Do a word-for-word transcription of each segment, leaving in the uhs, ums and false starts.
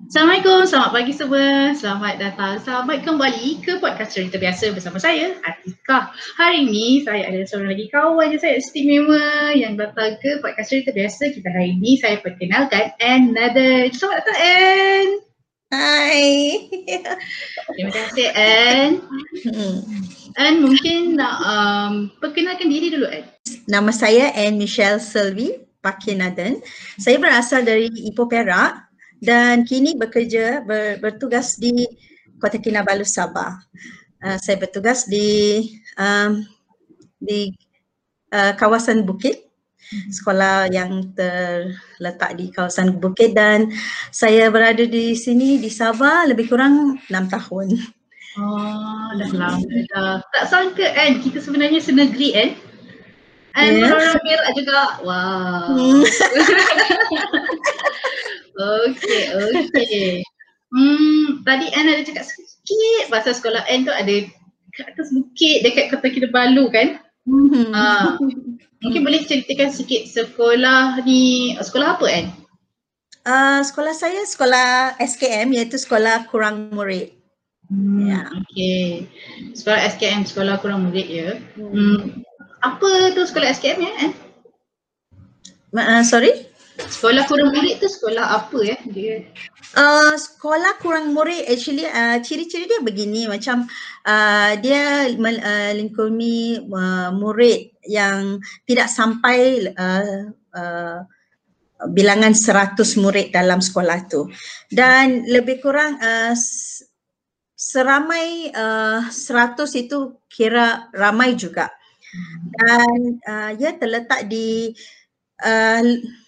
Assalamualaikum, selamat pagi semua. Selamat datang, selamat kembali ke podcast cerita biasa bersama saya, Atikah. Hari ini saya ada seorang lagi kawan yang saya istimewa yang datang ke podcast cerita biasa kita hari ini. Saya perkenalkan Anne Nader. Selamat datang Anne. Hai. Terima kasih Anne. Anne mungkin nak um, perkenalkan diri dulu Anne. Nama saya Anne Michelle Selvi Pakinaden. Saya berasal dari Ipoh Perak dan kini bekerja ber, bertugas di Kota Kinabalu, Sabah. Uh, saya bertugas di um, di uh, kawasan Bukit, sekolah yang terletak di kawasan Bukit, dan saya berada di sini di Sabah lebih kurang enam tahun. Oh, dah lama dah. Tak sangka kan kita sebenarnya senegeri kan? And Yeah. orang Perak juga. Wow. Hmm. Okey, okey. Hmm, tadi Anne ada cakap sikit pasal sekolah Anne tu ada kat atas bukit dekat Kota Kinabalu kan? Hmm. Ah, mungkin boleh ceritakan sikit sekolah ni, sekolah apa Anne? Uh, sekolah saya sekolah S K M, iaitu sekolah kurang murid. Hmm, Ya. okey. Sekolah S K M, sekolah kurang murid ya. Hmm. Apa tu sekolah S K M ya Anne? Uh, sorry? Sekolah kurang murid tu sekolah apa ya dia? Uh, sekolah kurang murid actually uh, ciri-ciri dia begini, macam uh, dia melingkumi uh, murid yang tidak sampai uh, uh, bilangan seratus murid dalam sekolah tu, dan lebih kurang uh, seramai uh, seratus itu kira ramai juga, dan uh, ia terletak di uh,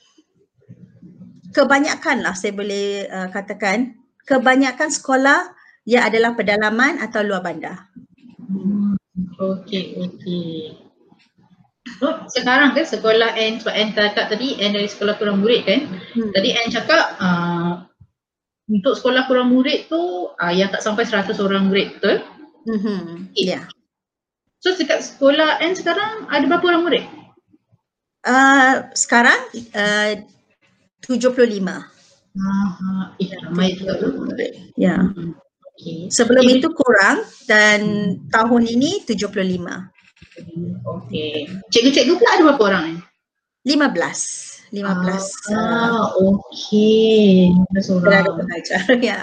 kebanyakan lah saya boleh uh, katakan, kebanyakan sekolah ia adalah pedalaman atau luar bandar. Hmm. Okey, okey. So, sekarang kan sekolah Anne, sebab Anne cakap tadi Anne dari sekolah kurang murid kan. Hmm. Tadi Anne cakap uh, untuk sekolah kurang murid tu uh, yang tak sampai seratus orang murid, betul? Hmm. Ya. Yeah. So dekat sekolah Anne sekarang ada berapa orang murid? Uh, sekarang uh, tujuh puluh lima. Ah, eh, ramai juga tu. Ya. Hmm. Okay. Sebelum okay. itu kurang, dan hmm. tahun ini tujuh puluh lima. Okey. Cikgu-cikgu pula ada berapa orang? lima belas. lima belas. Ah, uh, okey. lima belas orang. Ada pengajar, ya.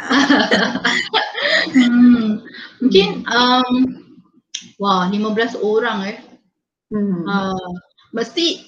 hmm. Mungkin um, wah, lima belas orang eh. Hmm. Uh, mesti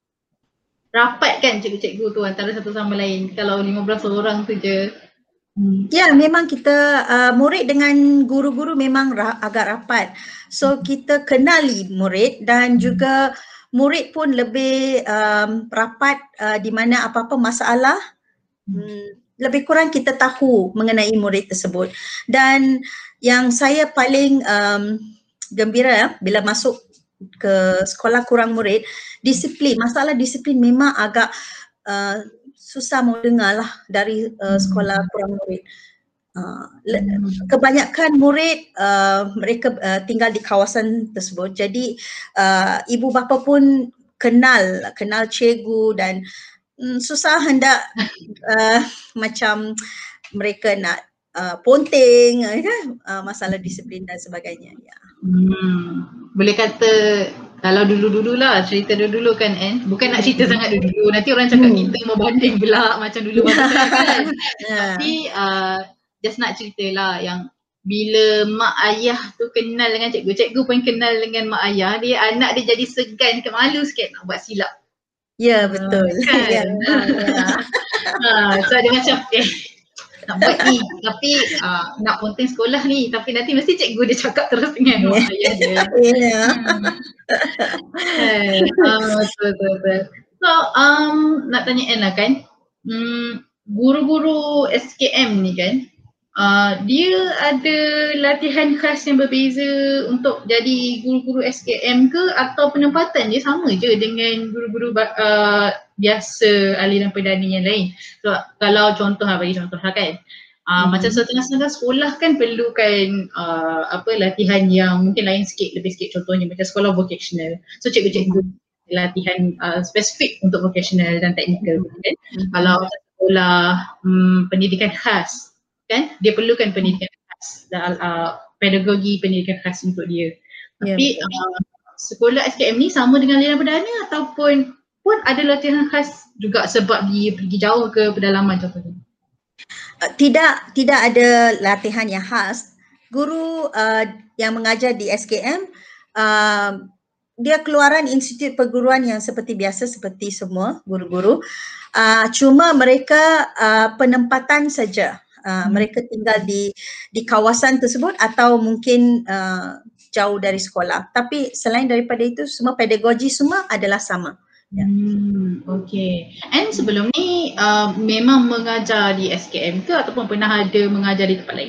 rapat kan cikgu-cikgu tu antara satu sama lain kalau lima belas orang tu je. Hmm. Ya, memang kita uh, murid dengan guru-guru memang ra- agak rapat. So kita kenali murid, dan juga murid pun lebih um, rapat uh, di mana apa-apa masalah hmm, lebih kurang kita tahu mengenai murid tersebut. Dan yang saya paling um, gembira bila masuk ke sekolah kurang murid, disiplin, masalah disiplin memang agak uh, susah mau dengar lah dari uh, sekolah kurang murid. Uh, kebanyakan murid uh, mereka uh, tinggal di kawasan tersebut, jadi uh, ibu bapa pun kenal kenal cikgu, dan um, susah hendak uh, macam mereka nak uh, ponteng uh, uh, masalah disiplin dan sebagainya. Ya. Hmm. Boleh kata kalau dulu-dulu lah, cerita dulu-dulu kan Anne, bukan nak cerita sangat dulu-dulu, nanti orang cakap hmm. kita mau banding pula macam dulu masa kan. Yeah. Tapi uh, just nak cerita lah yang bila mak ayah tu kenal dengan cikgu, cikgu pun kenal dengan mak ayah, dia anak dia jadi segan ke malu sikit nak buat silap. Ya, betul. Uh, kan? Ya, ya. Ha, so dia macam eh nak buat ni, tapi uh, nak ponteng sekolah ni, tapi nanti mesti cikgu dia cakap terus dengan mak ayah dia. Ya. Hmm. Eh, uh, betul, betul, betul. So, um, nak tanya Anne lah kan, um, guru-guru S K M ni kan, uh, dia ada latihan khas yang berbeza untuk jadi guru-guru S K M ke, atau penempatan dia sama je dengan guru-guru uh, biasa aliran perdana yang lain? So, kalau contoh lah, bagi contoh lah kan, uh, hmm. macam setengah-setengah sekolah kan perlukan uh, apa latihan yang mungkin lain sikit, lebih sikit, contohnya macam sekolah vocational. So cikgu-cikgu hmm. latihan uh, spesifik untuk vocational dan teknikal kan. Hmm. Kalau sekolah um, pendidikan khas, kan? Dia perlukan pendidikan khas dan uh, pedagogi pendidikan khas untuk dia. Tapi yeah, uh, sekolah S K M ni sama dengan Lina Perdana ataupun pun ada latihan khas juga sebab dia pergi jauh ke pedalaman contohnya? Tidak, tidak ada latihan yang khas. Guru uh, yang mengajar di S K M, uh, dia keluaran institut perguruan yang seperti biasa seperti semua guru-guru. Uh, cuma mereka uh, penempatan saja. Uh, mereka tinggal di di kawasan tersebut atau mungkin uh, jauh dari sekolah. Tapi selain daripada itu, semua pedagogi semua adalah sama. Ya. Hmm, okay. And sebelum ni uh, memang mengajar di S K M ke ataupun pernah ada mengajar di tempat lain?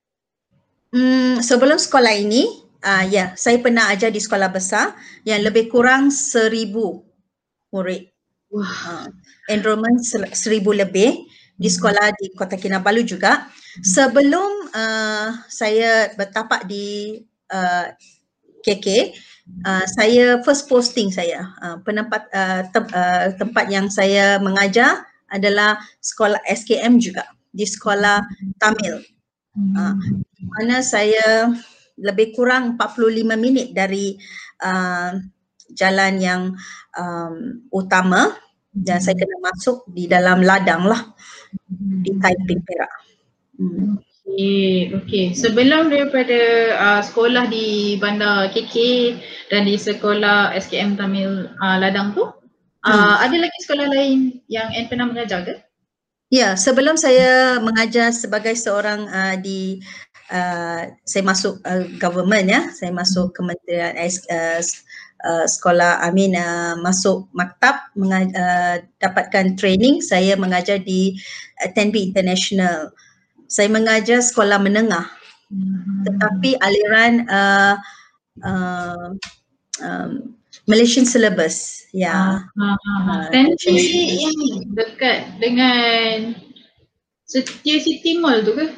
Hmm, sebelum sekolah ini, uh, ya, saya pernah ajar di sekolah besar yang lebih kurang seribu murid. Wah. Uh, enrollment seribu lebih di sekolah di Kota Kinabalu juga. Sebelum uh, saya bertapak di uh, K K, uh, saya first posting saya, uh, penempat, uh, te, uh, tempat yang saya mengajar adalah sekolah S K M juga, di sekolah Tamil. Uh, mana saya lebih kurang empat puluh lima minit dari uh, jalan yang um, utama dan saya kena masuk di dalam ladang lah di Taiping, Perak. Hmm. Okay, okay. Sebelum daripada uh, sekolah di bandar K K dan di sekolah S K M Tamil uh, Ladang tu, uh, hmm. ada lagi sekolah lain yang Anne pernah mengajar ke? Ya, sebelum saya mengajar sebagai seorang uh, di uh, saya masuk uh, government ya, saya masuk kementerian uh, uh, sekolah, I mean uh, masuk maktab mengaj- uh, dapatkan training, saya mengajar di uh, Tenby International. Saya mengajar sekolah menengah, tetapi aliran uh, uh, um, Malaysian syllabus, ya. Ah, ah, ah. Tenby yang dekat dengan Setia City Mall tu ke?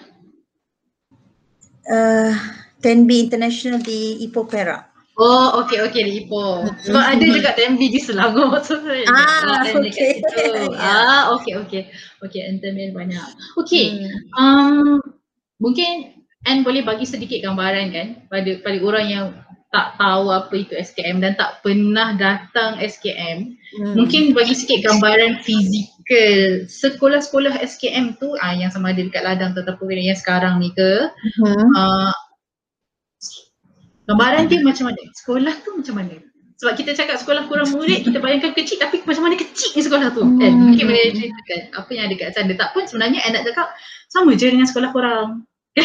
Uh, Tenby International di Ipoh, Perak. Oh, okey okey di Ipoh. Sebab ada juga Tenby di Selangor. So saya ah, okey. Ah, okey okey. Okey, Tenby banyak. Okey. Hmm. Um mungkin Anne boleh bagi sedikit gambaran kan pada pada orang yang tak tahu apa itu S K M dan tak pernah datang S K M. Hmm. Mungkin bagi sikit gambaran fizikal sekolah-sekolah S K M tu ah yang sama ada dekat Ladang tetapi yang sekarang ni ke. Hmm. Uh, gambaran dia macam mana? Sekolah tu macam mana? Sebab kita cakap sekolah kurang murid, kita bayangkan kecil tapi macam mana kecil ni sekolah tu? Hmm. Eh, mungkin boleh ceritakan apa yang ada kat sana. Tak pun sebenarnya I nak cakap sama je dengan sekolah korang.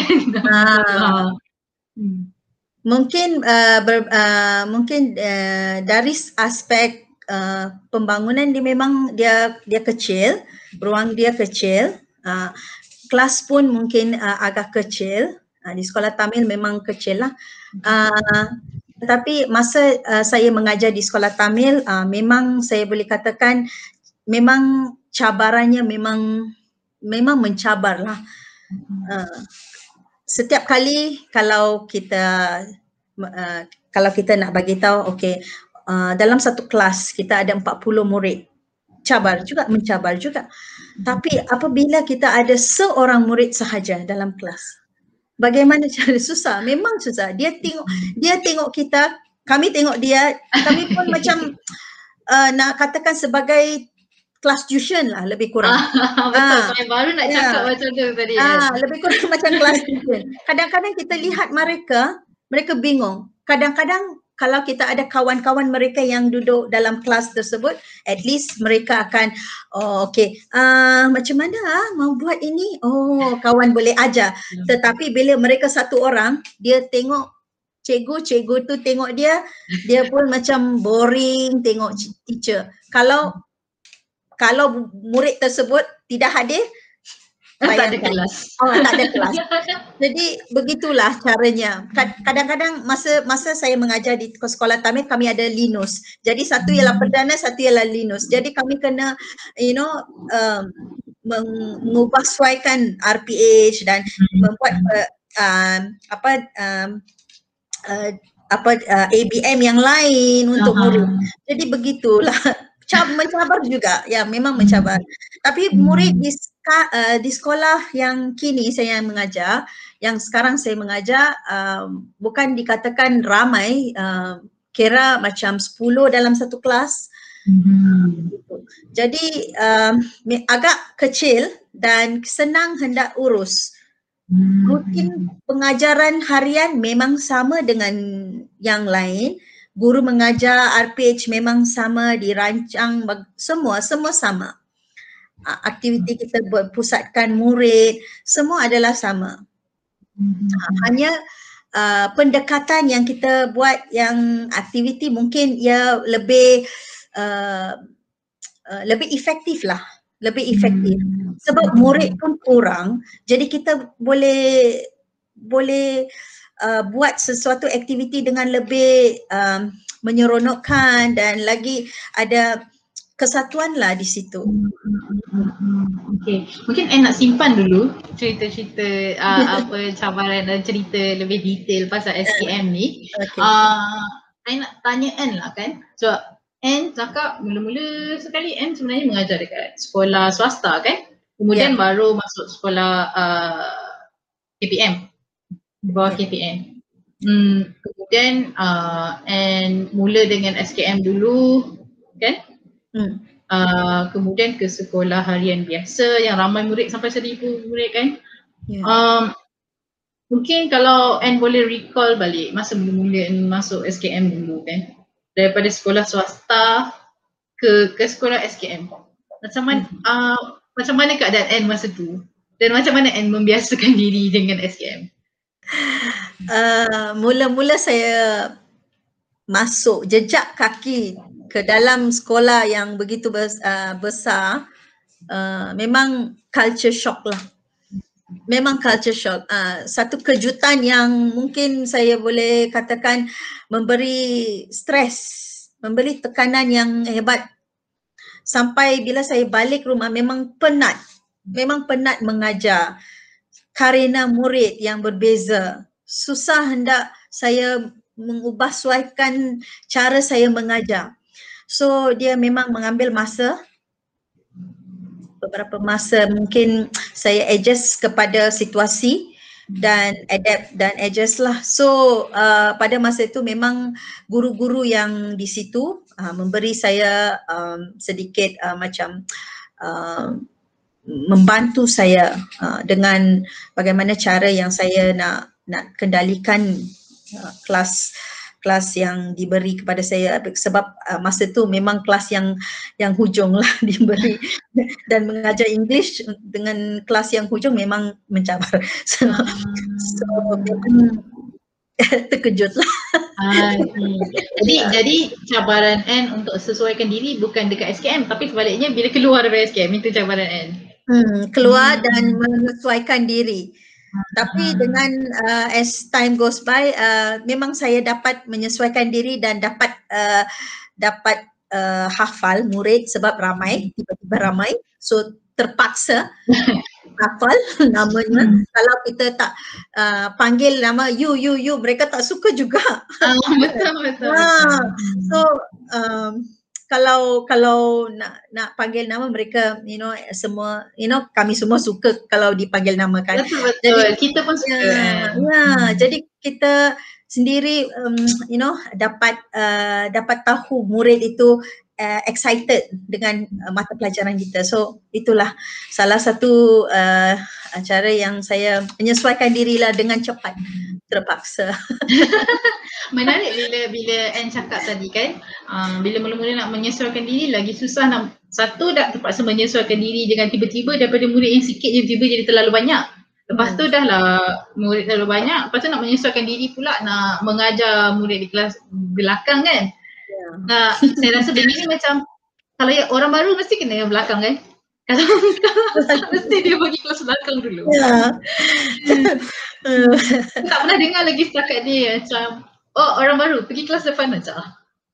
ah. hmm. Mungkin uh, ber, uh, mungkin uh, dari aspek uh, pembangunan dia memang dia dia kecil, ruang dia kecil, uh, kelas pun mungkin uh, agak kecil. Uh, di sekolah Tamil memang kecil lah. Uh, tetapi masa uh, saya mengajar di sekolah Tamil, uh, memang saya boleh katakan memang cabarannya memang memang mencabar lah. Uh, setiap kali kalau kita uh, kalau kita nak bagi tahu, okey, uh, dalam satu kelas kita ada empat puluh murid, cabar juga, mencabar juga. Tapi apabila kita ada seorang murid sahaja dalam kelas, bagaimana cara? Susah, memang susah. Dia tengok, dia tengok kita, kami tengok dia, kami pun macam uh, nak katakan sebagai kelas tuition lah lebih kurang. Ah, betul, ah, saya baru nak cakap ya. Macam tu tadi. Ah, lebih kurang macam kelas tuition. Kadang-kadang kita lihat mereka, mereka bingung. Kadang-kadang kalau kita ada kawan-kawan mereka yang duduk dalam kelas tersebut, at least mereka akan, oh okey, uh, macam mana ah, mau buat ini? Oh, kawan boleh ajar. Hmm. Tetapi bila mereka satu orang, dia tengok cikgu, cikgu tu tengok dia, dia pun macam boring tengok teacher. Kalau kalau murid tersebut tidak hadir, tak ada kelas. Oh, tak ada kelas. Jadi begitulah caranya. Kadang-kadang masa masa saya mengajar di sekolah Tamil, kami ada Linus. Jadi satu ialah perdana, satu ialah Linus. Jadi kami kena, you know, um, mengubahsuaikan R P H dan membuat uh, um, apa um, uh, apa uh, A B M yang lain untuk murid. Jadi begitulah cab mencabar juga, ya memang mencabar. Tapi murid di, uh, di sekolah yang kini saya mengajar, yang sekarang saya mengajar, uh, bukan dikatakan ramai, uh, kira macam sepuluh dalam satu kelas. Hmm. Jadi uh, agak kecil dan senang hendak urus. Rutin pengajaran harian memang sama dengan yang lain. Guru mengajar R P H memang sama, dirancang semua, semua sama. Aktiviti kita berpusatkan murid, semua adalah sama. Hanya uh, pendekatan yang kita buat, yang aktiviti mungkin ia lebih uh, uh, lebih efektif lah, lebih efektif. Sebab murid pun kurang, jadi kita boleh boleh Uh, buat sesuatu aktiviti dengan lebih um, menyeronokkan dan lagi ada kesatuan lah di situ. Okay, mungkin I nak simpan dulu cerita-cerita uh, apa cabaran dan cerita lebih detail pasal S K M ni. Okay. Uh, I nak tanya Anne lah kan. So Anne cakap mula-mula sekali Anne sebenarnya mengajar dekat sekolah swasta kan. Kemudian yeah. baru masuk sekolah uh, K P M. Di bawah K P M. Hmm, kemudian uh, and mula dengan S K M dulu kan? Hmm. Uh, kemudian ke sekolah harian biasa yang ramai murid sampai seribu murid kan? Yeah. Um, mungkin kalau Anne boleh recall balik masa mula-mula masuk S K M dulu kan? Daripada sekolah swasta ke ke sekolah S K M. Macam mana hmm. uh, macam mana keadaan Anne masa tu? Dan macam mana Anne membiasakan diri dengan S K M? Uh, mula-mula saya masuk jejak kaki ke dalam sekolah yang begitu bes, uh, besar, uh, memang culture shock lah. Memang culture shock. Uh, satu kejutan yang mungkin saya boleh katakan memberi stres, memberi tekanan yang hebat. Sampai bila saya balik rumah memang penat, memang penat mengajar kerana murid yang berbeza. Susah hendak saya mengubah suaikan cara saya mengajar. So dia memang mengambil masa, beberapa masa mungkin saya adjust kepada situasi dan adapt dan adjust lah. So uh, pada masa itu memang guru-guru yang di situ uh, memberi saya um, sedikit uh, macam uh, membantu saya uh, dengan bagaimana cara yang saya nak nak kendalikan uh, kelas kelas yang diberi kepada saya, sebab uh, masa tu memang kelas yang yang hujung lah diberi dan mengajar English dengan kelas yang hujung memang mencabar. So, so memang terkejut lah. Ah, hmm. Jadi jadi cabaran Anne untuk sesuaikan diri bukan dekat S K M tapi sebaliknya bila keluar dari S K M itu cabaran Anne. Hmm, keluar hmm. dan menyesuaikan diri. Tapi dengan uh, as time goes by, uh, memang saya dapat menyesuaikan diri dan dapat uh, dapat uh, hafal murid sebab ramai, tiba-tiba ramai. So terpaksa hafal namanya. Hmm. Kalau kita tak uh, panggil nama you, you, you, mereka tak suka juga. Oh, betul, betul. Ah, so um, kalau kalau nak nak panggil nama mereka, you know, semua, you know, kami semua suka kalau dipanggil nama kan. Betul, betul. Jadi kita pun suka. Ya, ya. Jadi kita sendiri um, you know, dapat uh, dapat tahu murid itu uh, excited dengan uh, mata pelajaran kita. So itulah salah satu uh, cara yang saya menyesuaikan dirilah dengan cepat, terpaksa. Menarik bila bila Anne cakap tadi kan, uh, bila mula-mula nak menyesuaikan diri lagi susah nak, satu dah terpaksa menyesuaikan diri dengan tiba-tiba daripada murid yang sikit je tiba-tiba jadi terlalu banyak. Lepas tu dah lah murid terlalu banyak, lepas tu nak menyesuaikan diri pula nak mengajar murid di kelas belakang kan. Yeah. Nah, saya rasa benda ni macam kalau ya, orang baru mesti kena yang belakang kan. Kalau mesti dia bagi kelas belakang dulu. Ya. Yeah. Tak pernah dengar lagi setakat ni macam oh orang baru pergi kelas depan aja.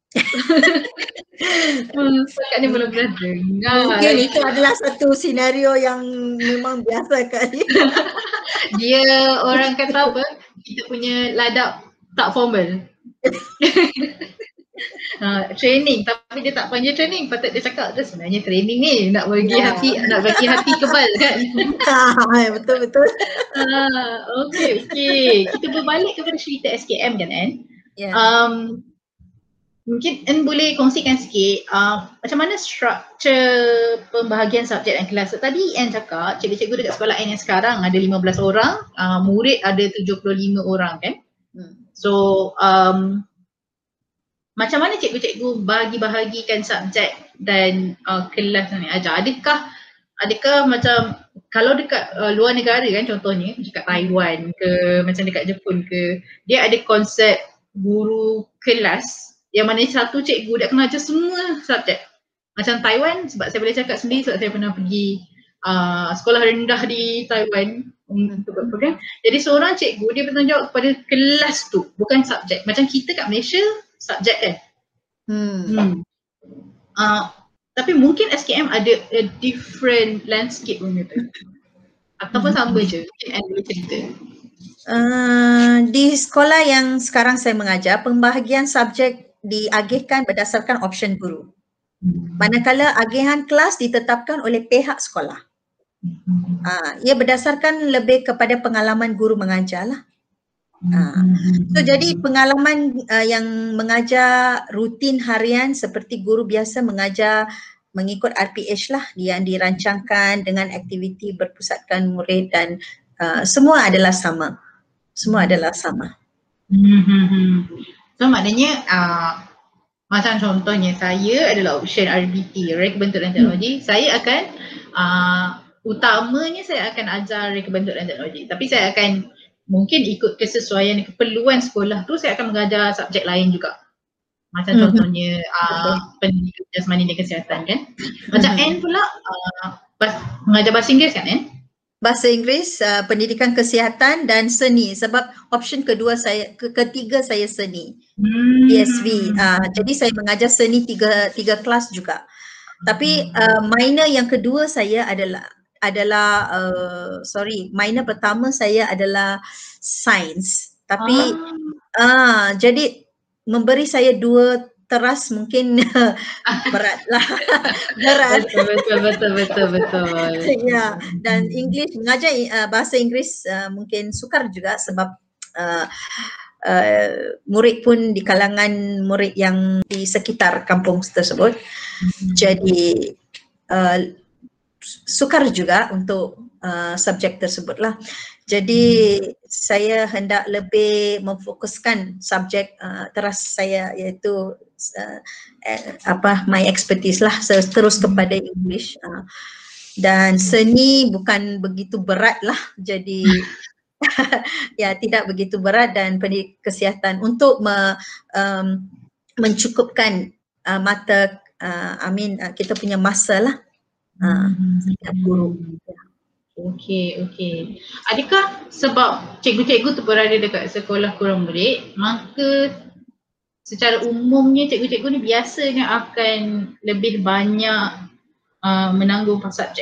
hmm, setakat ni belum pernah dengar. Mungkin itu adalah satu senario yang memang biasa kali. Dia orang kata apa? Kita punya ladap tak formal. Uh, training, tapi dia tak panggil training, patut dia cakap tu sebenarnya training ni nak bagi Ya. hati, nak bagi hati kebal kan. Ha, betul betul. uh, okay, okay. Kita berbalik kepada cerita S K M kan, Anne. Ya. Um, mungkin Anne boleh kongsikan sikit uh, macam mana struktur pembahagian subjek dan kelas. So, tadi Anne cakap cikgu-cikgu dekat sekolah Anne yang sekarang ada lima belas orang, uh, murid ada tujuh puluh lima orang kan. Hmm. So um, macam mana cikgu-cikgu bagi bahagikan subjek dan uh, kelas yang ajar? Adakah adakah macam kalau dekat uh, luar negara kan, contohnya dekat Taiwan ke macam dekat Jepun ke, dia ada konsep guru kelas yang mana satu cikgu dia kena ajar semua subjek. Macam Taiwan, sebab saya boleh cakap sendiri sebab saya pernah pergi uh, sekolah rendah di Taiwan untuk buat program. Jadi seorang cikgu dia bertanggungjawab kepada kelas tu, bukan subjek. Macam kita kat Malaysia subjek kan. Hmm. hmm. Uh, tapi mungkin S K M ada a different landscape benda tu. Ataupun hmm. sama je. Mungkin Anne boleh cerita. Uh, di sekolah yang sekarang saya mengajar, pembahagian subjek diagihkan berdasarkan option guru. Hmm. Manakala agihan kelas ditetapkan oleh pihak sekolah. Hmm. Uh, ia berdasarkan lebih kepada pengalaman guru mengajar lah. Uh, so jadi pengalaman uh, yang mengajar rutin harian seperti guru biasa mengajar mengikut R P H lah yang dirancangkan dengan aktiviti berpusatkan murid dan uh, semua adalah sama. Semua adalah sama. Hmm. So maknanya uh, macam contohnya saya adalah option R B T, Reka Bentuk dan Teknologi. Hmm. Saya akan uh, utamanya saya akan ajar Reka Bentuk dan Teknologi. Tapi saya akan mungkin ikut kesesuaian keperluan sekolah tu saya akan mengajar subjek lain juga. Macam mm-hmm. contohnya uh, pendidikan jasmani dan kesihatan kan. Macam mm-hmm. Anne pula uh, bas- mengajar bahasa Inggeris kan Anne? Bahasa Inggeris, uh, pendidikan kesihatan dan seni sebab option kedua saya, ke- ketiga saya seni. Hmm. P S V. Uh, jadi saya mengajar seni tiga, tiga kelas juga. Tapi uh, minor yang kedua saya adalah adalah uh, sorry minor pertama saya adalah sains tapi ah. uh, jadi memberi saya dua teras mungkin beratlah berat betul betul betul betul betul ya. Dan English mengajar uh, bahasa Inggeris uh, mungkin sukar juga sebab uh, uh, murid pun di kalangan murid yang di sekitar kampung tersebut. Hmm. Jadi uh, sukar juga untuk uh, subjek tersebutlah. Jadi saya hendak lebih memfokuskan subjek uh, teras saya iaitu uh, eh, apa my expertise lah terus kepada English. Uh, dan seni bukan begitu berat lah. Jadi ya tidak begitu berat dan pendidikan kesihatan untuk me, um, mencukupkan uh, mata uh, I mean uh, kita punya masa lah. Uh, setiap guru. Okey, okey. Adakah sebab cikgu-cikgu tu berada dekat sekolah kurang murid, maka secara umumnya cikgu-cikgu ni biasanya akan lebih banyak uh, menanggung subjek?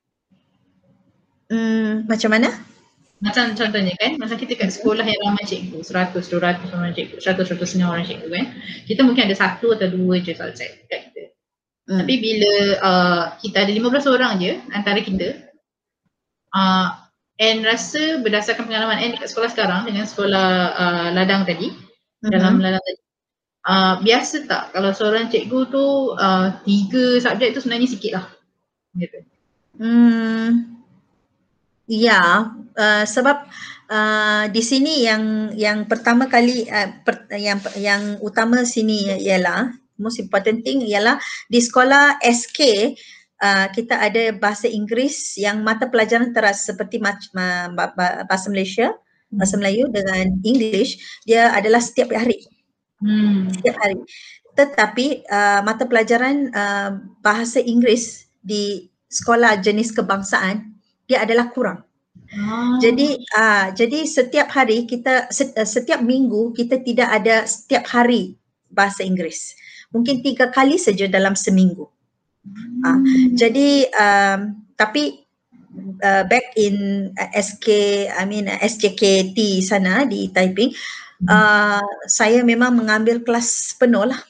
Hmm, macam mana? Macam contohnya kan, macam kita kat sekolah yang ramai cikgu, seratus, dua ratus orang cikgu, seratus, seratus setengah orang cikgu kan. Kita mungkin ada satu atau dua je subjek kat kita. Hmm. Tapi bila uh, kita ada lima belas orang je antara kita, uh, Anne rasa berdasarkan pengalaman Anne dekat sekolah sekarang dengan sekolah uh, ladang tadi, uh-huh. dalam ladang tadi, uh, biasa tak kalau seorang cikgu tu uh, tiga subjek tu sebenarnya sikit lah gitu? Hmm, ya, uh, sebab uh, di sini yang yang pertama kali uh, per, yang yang utama sini ialah most important thing ialah di sekolah S K uh, kita ada bahasa Inggeris yang mata pelajaran teras seperti uh, bahasa Malaysia, bahasa Melayu dengan English dia adalah setiap hari. Hmm. Setiap hari. Tetapi uh, mata pelajaran uh, bahasa Inggeris di sekolah jenis kebangsaan dia adalah kurang. Oh. Jadi uh, jadi setiap hari kita setiap minggu kita tidak ada setiap hari bahasa Inggeris. Mungkin tiga kali saja dalam seminggu. Hmm. Uh, jadi um, tapi uh, back in uh, S K, I mean uh, S J K T sana di Taiping, uh, saya memang mengambil kelas penuh lah.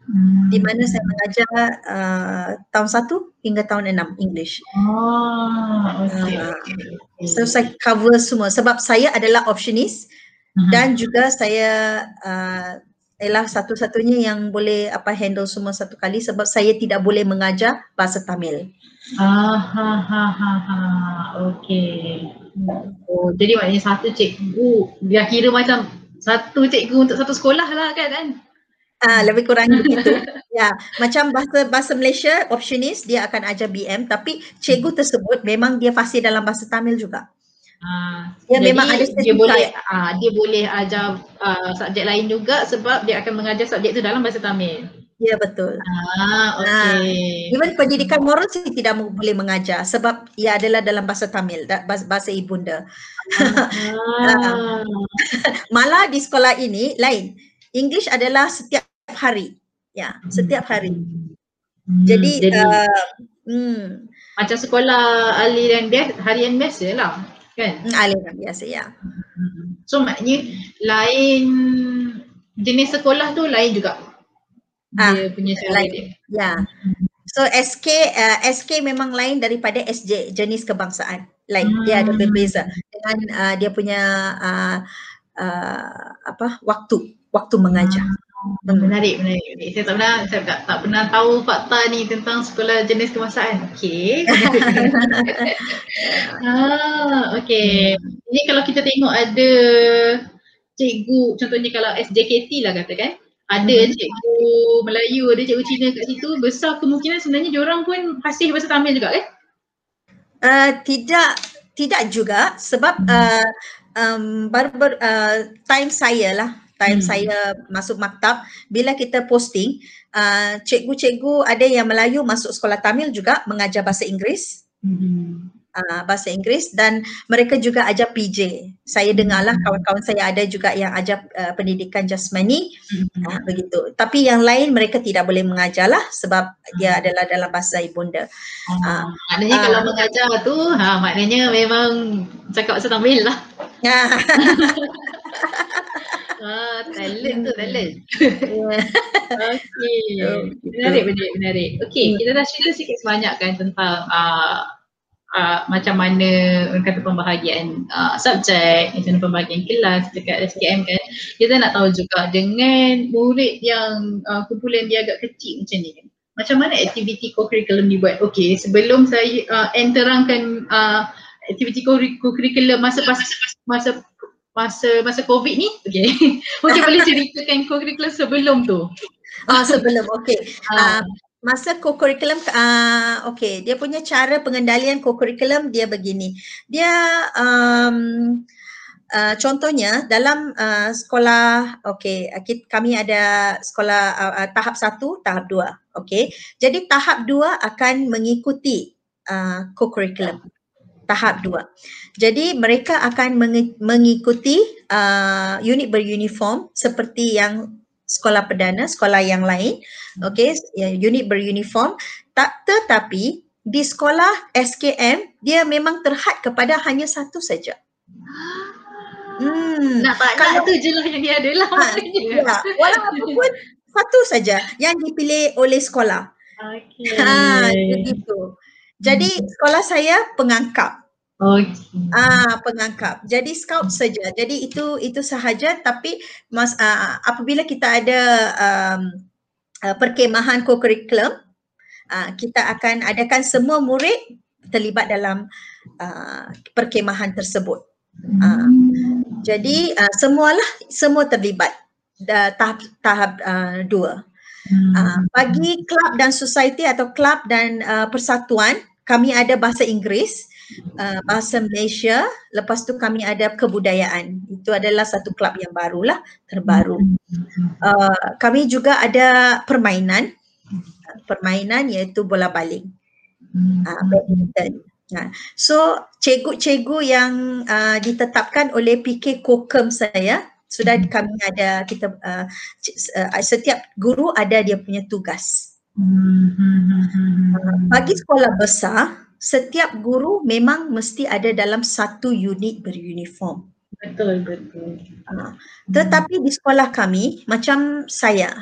Hmm. Di mana saya mengajar uh, tahun satu hingga tahun enam English. Oh, okay. Uh, so saya cover semua sebab saya adalah optionist uh-huh. dan juga saya uh, ialah satu-satunya yang boleh apa handle semua satu kali sebab saya tidak boleh mengajar bahasa Tamil. Ah, ha, ha, ha, ha. Okay. Oh, jadi maknanya satu cikgu, dia kira macam satu cikgu untuk satu sekolah lah kan? kan? Ah, lebih kurang begitu. Ya, macam bahasa bahasa Malaysia optionist dia akan ajar B M tapi cikgu tersebut memang dia fasih dalam bahasa Tamil juga. Ah, dia jadi memang ada dia boleh ah, dia boleh ajar uh, subjek lain juga sebab dia akan mengajar subjek itu dalam bahasa Tamil. Ya, betul. Ah, okey. Ah, even pendidikan moral saya tidak boleh mengajar sebab ia adalah dalam bahasa Tamil, bahasa, bahasa ibunda. Ah. Malah di sekolah ini lain. English adalah setiap hari. Ya, setiap hari. Hmm, jadi, jadi uh, hmm. macam sekolah aliran biasa, harian biasa lah, kan? Hmm, aliran biasa, ya. So maknanya lain jenis sekolah tu lain juga. Dia ah, punya cara lain. dia. Ya. So S K uh, S K memang lain daripada S J, jenis kebangsaan. Lain. Hmm. Dia ada berbeza dengan uh, dia punya uh, uh, apa? waktu, waktu mengajar. Hmm. Menarik, menarik. Saya tak pernah saya tak, tak pernah tahu fakta ni tentang sekolah jenis kebangsaan. Okey. ah, okey. Jadi kalau kita tengok ada cikgu, contohnya kalau S J K T lah katakan, ada hmm. cikgu Melayu, ada cikgu Cina kat situ, besar kemungkinan sebenarnya diorang pun fasih bahasa Tamil juga kan? Uh, tidak, tidak juga sebab uh, um, baru, baru uh, time saya lah, time hmm. saya masuk maktab, bila kita posting, uh, cikgu-cikgu ada yang Melayu masuk sekolah Tamil juga mengajar bahasa Inggeris. Hmm. Uh, bahasa Inggeris dan mereka juga ajar P J. Saya dengarlah kawan-kawan saya ada juga yang ajar uh, pendidikan jasmani, mm-hmm. uh, begitu. Tapi yang lain mereka tidak boleh mengajar lah sebab mm-hmm. dia adalah dalam bahasa ibunda. Uh, maknanya uh, kalau mengajar tu, ha, maknanya memang cakap bahasa Tamil lah. Ah, talent tu, talent. Okey. Menarik, menarik, menarik. Okey, kita dah cerita sikit sebanyak kan tentang uh, Uh, macam mana orang kata pembahagian uh, subjek, macam mana pembahagian kelas dekat S K M kan. Kita nak tahu juga dengan murid yang uh, kumpulan dia agak kecil macam ni kan, macam mana aktiviti co-curriculum dibuat. Okey, sebelum saya uh, terangkan uh, aktiviti co-curriculum masa pas, masa masa masa COVID ni, okey. Okey, boleh ceritakan co-curriculum sebelum tu. Oh, sebelum, okey. Uh, Masa co-curriculum, uh, okay, dia punya cara pengendalian co-curriculum dia begini. Dia um, uh, contohnya dalam uh, sekolah, okay, kami ada sekolah uh, uh, tahap satu, tahap dua, okay. Jadi tahap dua akan mengikuti uh, co-curriculum. Tahap dua. Jadi mereka akan mengikuti uh, unit beruniform seperti yang sekolah perdana, sekolah yang lain, okey, unit beruniform, tak, tetapi di sekolah S K M dia memang terhad kepada hanya satu saja. Hmm, nak tak kalau, tu je lah yang dia ada lah. Ha, ya, walaupun satu saja yang dipilih oleh sekolah. Okey. Ha, begitu. Jadi sekolah saya pengangkap. Okay. Ah, pengangkap. Jadi scout saja. Jadi itu itu sahaja. Tapi mas, uh, apabila kita ada um, uh, perkemahan co-curriculum, uh, kita akan adakan semua murid terlibat dalam uh, perkemahan tersebut. Uh, jadi uh, semualah semua terlibat uh, tahap tahap uh, dua. Uh, bagi kelab dan society atau kelab dan uh, persatuan, kami ada bahasa Inggeris, uh, bahasa Malaysia, lepas tu kami ada kebudayaan. Itu adalah satu kelab yang barulah, terbaru. Uh, kami juga ada permainan, permainan iaitu bola baling, uh, badminton. Nah, so cikgu-cikgu yang uh, ditetapkan oleh P K Kokem saya, sudah kami ada, kita uh, setiap guru ada dia punya tugas. Uh, bagi sekolah besar, setiap guru memang mesti ada dalam satu unit beruniform. Betul, betul. Uh, tetapi di sekolah kami, macam saya,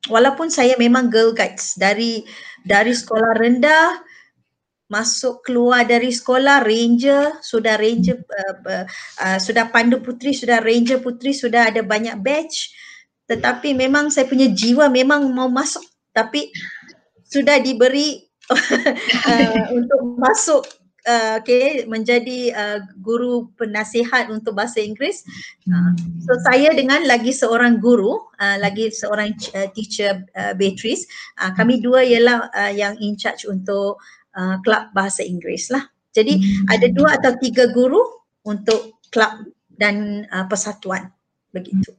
walaupun saya memang girl guides dari dari sekolah rendah masuk keluar dari sekolah ranger, sudah ranger uh, uh, uh, sudah pandu putri, sudah ranger putri, sudah ada banyak batch, tetapi memang saya punya jiwa memang mau masuk, tapi sudah diberi uh, untuk masuk uh, okay, menjadi uh, guru penasihat untuk bahasa Inggeris. Uh, so saya dengan lagi seorang guru, uh, lagi seorang uh, teacher uh, Beatrice, uh, kami dua ialah uh, yang in charge untuk uh, kelab bahasa Inggeris lah. Jadi ada dua atau tiga guru untuk kelab dan uh, persatuan, begitu.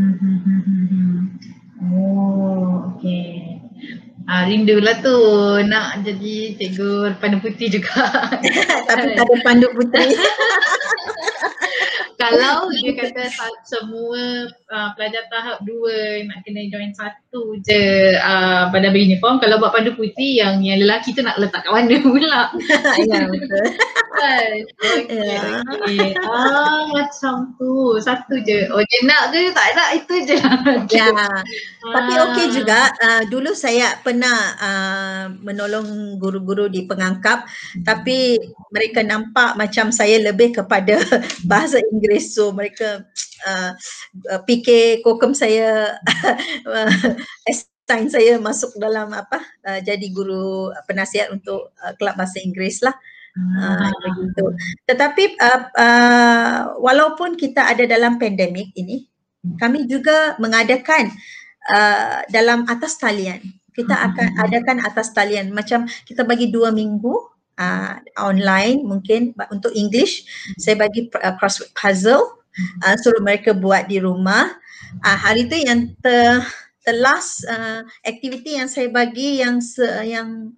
Oh, okey. Ah, rindulah tu nak jadi cikgu pandu putri juga. Tapi tak ada pandu putri. Kalau dia kata semua uh, pelajar tahap dua nak kena join satu je uh, pada beruniform, kalau buat pandu putri yang yang lelaki tu nak letak kat mana pula? Ya, betul. Kan? Okay, Ya. okay. Ah, macam tu. Satu je. Oh, dia nak ke tak nak, itu je. Ya. Tapi okey juga. Uh, dulu saya pernah uh, menolong guru-guru di pengangkap, tapi mereka nampak macam saya lebih kepada bahasa Inggeris, so mereka uh, fikir kokem saya assign saya masuk dalam apa uh, jadi guru penasihat untuk uh, kelab bahasa Inggeris lah. Uh, begitu. Tetapi uh, uh, walaupun kita ada dalam pandemik ini, kami juga mengadakan uh, dalam atas talian. Kita akan adakan atas talian, macam kita bagi dua minggu uh, online mungkin untuk English. Saya bagi uh, crossword puzzle, uh, suruh mereka buat di rumah. Uh, hari tu yang ter, the last uh, activity yang saya bagi yang se, yang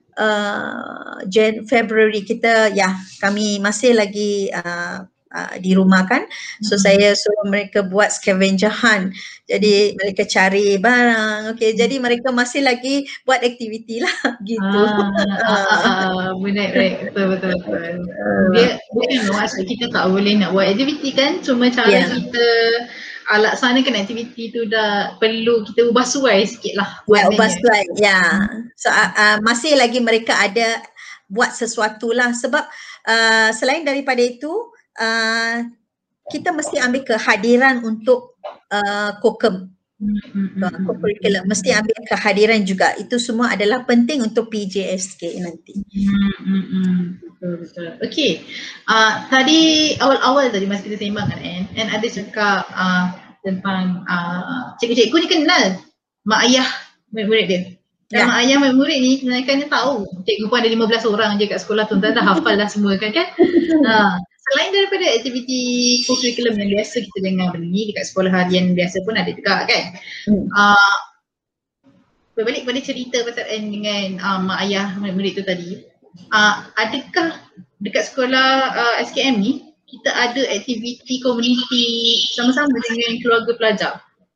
Uh, Jan February kita ya kami masih lagi uh, uh, di rumah kan, so hmm. saya suruh mereka buat scavenger hunt, jadi mereka cari barang, okey, jadi mereka masih lagi buat aktiviti lah gitu. Ah, ah, ah, menarik, menarik, betul betul betul. Dia bukan maksud kita tak boleh nak buat aktiviti kan, cuma cara yeah. kita Uh, laksanakan aktiviti tu dah perlu kita ubah suai sikit lah. Ya, ubah suai, ya. So, uh, uh, masih lagi mereka ada buat sesuatu lah, sebab uh, selain daripada itu, uh, kita mesti ambil kehadiran untuk uh, kokem. Mm-hmm. Curriculum mesti ambil kehadiran juga. Itu semua adalah penting untuk P J S K nanti. Mm-hmm. Betul betul. Okey. Uh, tadi awal-awal tadi masa kita sembang kan, and, and ada cakap uh, tentang uh, cikgu-cikgu ni kenal mak ayah murid-murid dia. Dan ya. Mak ayah murid-murid ni kebanyakannya tahu cikgu pun ada lima belas orang je kat sekolah tu, dah hafal dah semua kan kan. Uh, selain daripada aktiviti curriculum yang biasa kita dengar benda ni dekat sekolah harian biasa pun ada juga kan. Hmm. Uh, berbalik pada cerita pasal Anne dengan uh, mak ayah murid-murid tu tadi. Uh, adakah dekat sekolah uh, S K M ni kita ada aktiviti komuniti sama-sama dengan keluarga pelajar?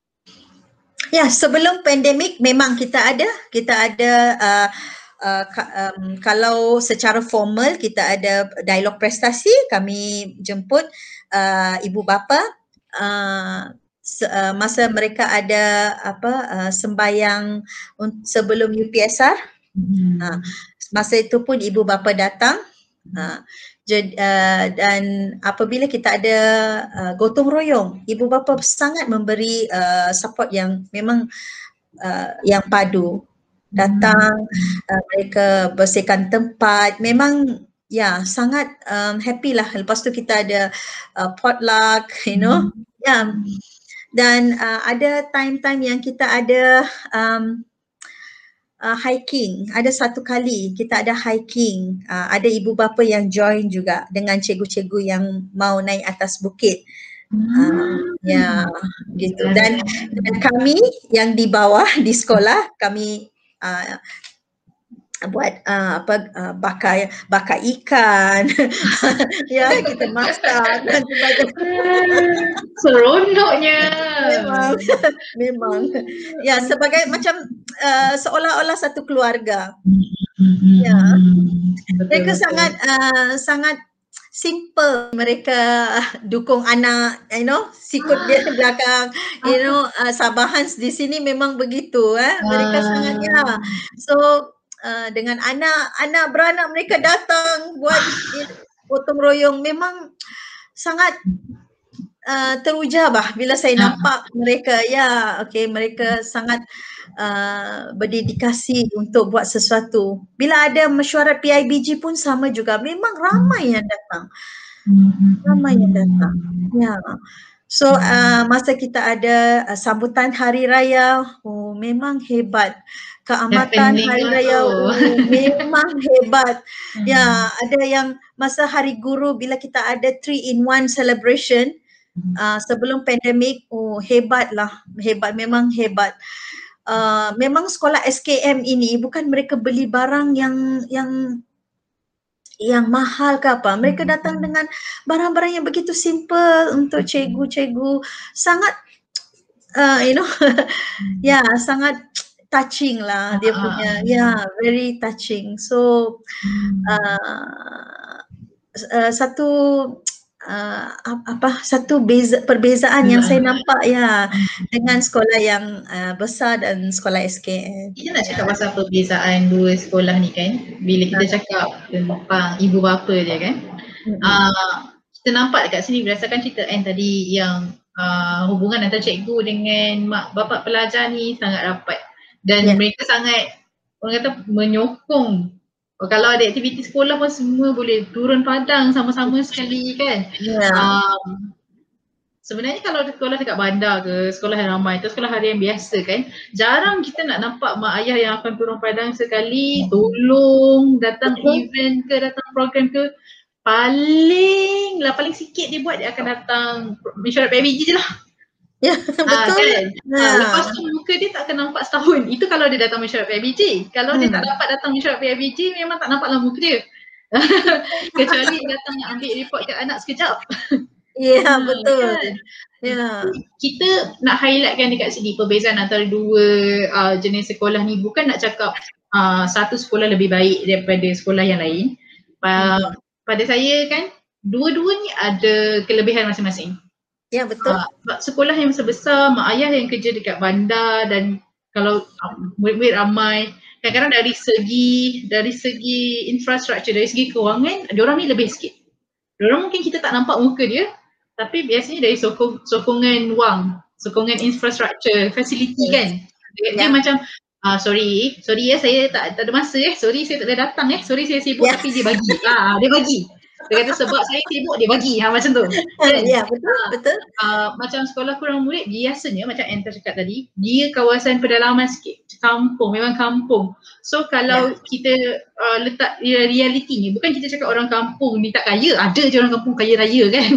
Ya, sebelum pandemik memang kita ada, kita ada uh, uh, um, kalau secara formal kita ada dialog prestasi, kami jemput uh, ibu bapa uh, se, uh, masa mereka ada apa uh, sembahyang sebelum U P S R. Hmm. Uh, masa itu pun ibu bapa datang. Uh, jad, uh, dan apabila kita ada uh, gotong royong, ibu bapa sangat memberi uh, support yang memang uh, yang padu. Datang, uh, mereka bersihkan tempat, memang ya sangat um, happy lah. Lepas tu kita ada uh, potluck, you know, ya. Yeah. Dan uh, ada time-time yang kita ada um, Uh, hiking, ada satu kali kita ada hiking, uh, ada ibu bapa yang join juga dengan cikgu-cikgu yang mau naik atas bukit. Uh, ya, gitu. Dan, dan kami yang di bawah di sekolah, kami uh, buat uh, apa uh, bakar bakar ikan. Ya, kita masak dan sebagainya. Seronoknya. Memang, memang. Ya, sebagai macam uh, seolah-olah satu keluarga. Ya. Mereka sangat uh, sangat simple mereka dukung anak, you know, sikut dia di belakang, you know, uh, Sabahan di sini memang begitu eh. Mereka sangat ya. So uh, dengan anak anak beranak mereka datang buat gotong royong, memang sangat uh, teruja bah bila saya nampak mereka ya, okey, mereka sangat uh, berdedikasi untuk buat sesuatu. Bila ada mesyuarat P I B G pun sama juga, memang ramai yang datang. Ramai yang datang. Ya. So uh, masa kita ada uh, sambutan hari raya, oh memang hebat. Keamatan hari raya, oh, memang hebat. Ya, ada yang masa hari guru bila kita ada three in one celebration uh, sebelum pandemik, oh hebatlah, hebat, memang hebat. Uh, memang sekolah S K M ini bukan mereka beli barang yang yang yang mahal ke apa. Mereka datang dengan barang-barang yang begitu simple untuk cikgu-cikgu. Sangat uh, you know, ya, yeah, sangat touching lah dia punya. Ya, yeah, very touching. So uh, uh, satu uh, apa satu beza, perbezaan yang saya nampak ya dengan sekolah yang uh, besar dan sekolah S K M. Kita nak cakap pasal perbezaan dua sekolah ni kan, bila kita cakap tentang ibu bapa dia kan. Mm-hmm. Uh, kita nampak dekat sini berdasarkan cerita Anne tadi yang uh, hubungan antara cikgu dengan mak bapak pelajar ni sangat rapat. Dan yeah. mereka sangat, orang kata, menyokong. Oh, kalau ada aktiviti sekolah pun semua boleh turun padang sama-sama sekali kan. Yeah. Um, sebenarnya kalau sekolah dekat bandar ke, sekolah yang ramai atau sekolah harian biasa kan, jarang kita nak nampak mak ayah yang akan turun padang sekali, tolong, datang okay. event ke, datang program ke. Paling lah, paling sikit dia buat, dia akan datang mesyuarat P I B G je lah. Ya, betul. Ah, kan? Ya. Ah, lepas tu muka dia tak akan nampak setahun. Itu kalau dia datang mesyuarat P I B G. Kalau hmm. dia tak dapat datang mesyuarat P I B G, memang tak nampaklah muka dia. Kecuali datang nak ambil report kat anak sekejap. Ya, yeah, betul. Kan? Ya. Kita nak highlightkan dekat sini perbezaan antara dua uh, jenis sekolah ni. Bukan nak cakap uh, satu sekolah lebih baik daripada sekolah yang lain. Uh, hmm. Pada saya kan, dua-dua ni ada kelebihan masing-masing. Ya, betul. Uh, sekolah yang sebesar, mak ayah yang kerja dekat bandar dan kalau um, murid-murid ramai, kadang-kadang dari segi dari segi infrastruktur, dari segi kewangan, diorang ni lebih sikit. Diorang mungkin kita tak nampak muka dia, tapi biasanya dari sokong, sokongan wang, sokongan infrastruktur, fasiliti kan. Dia, ya. dia macam, ah sorry, sorry ya saya tak, tak ada masa eh, sorry saya tak boleh datang eh, sorry saya sibuk ya. Tapi dia bagi. Ah, dia bagi. Dia kata sebab saya sibuk dia bagi, ha, macam tu. Kan? Ya, betul, uh, betul. Uh, macam sekolah kurang murid biasanya macam Anta cakap tadi, dia kawasan pedalaman sikit, kampung, memang kampung. So kalau ya. kita uh, letak realiti ni, bukan kita cakap orang kampung ni tak kaya, ada je orang kampung kaya raya kan.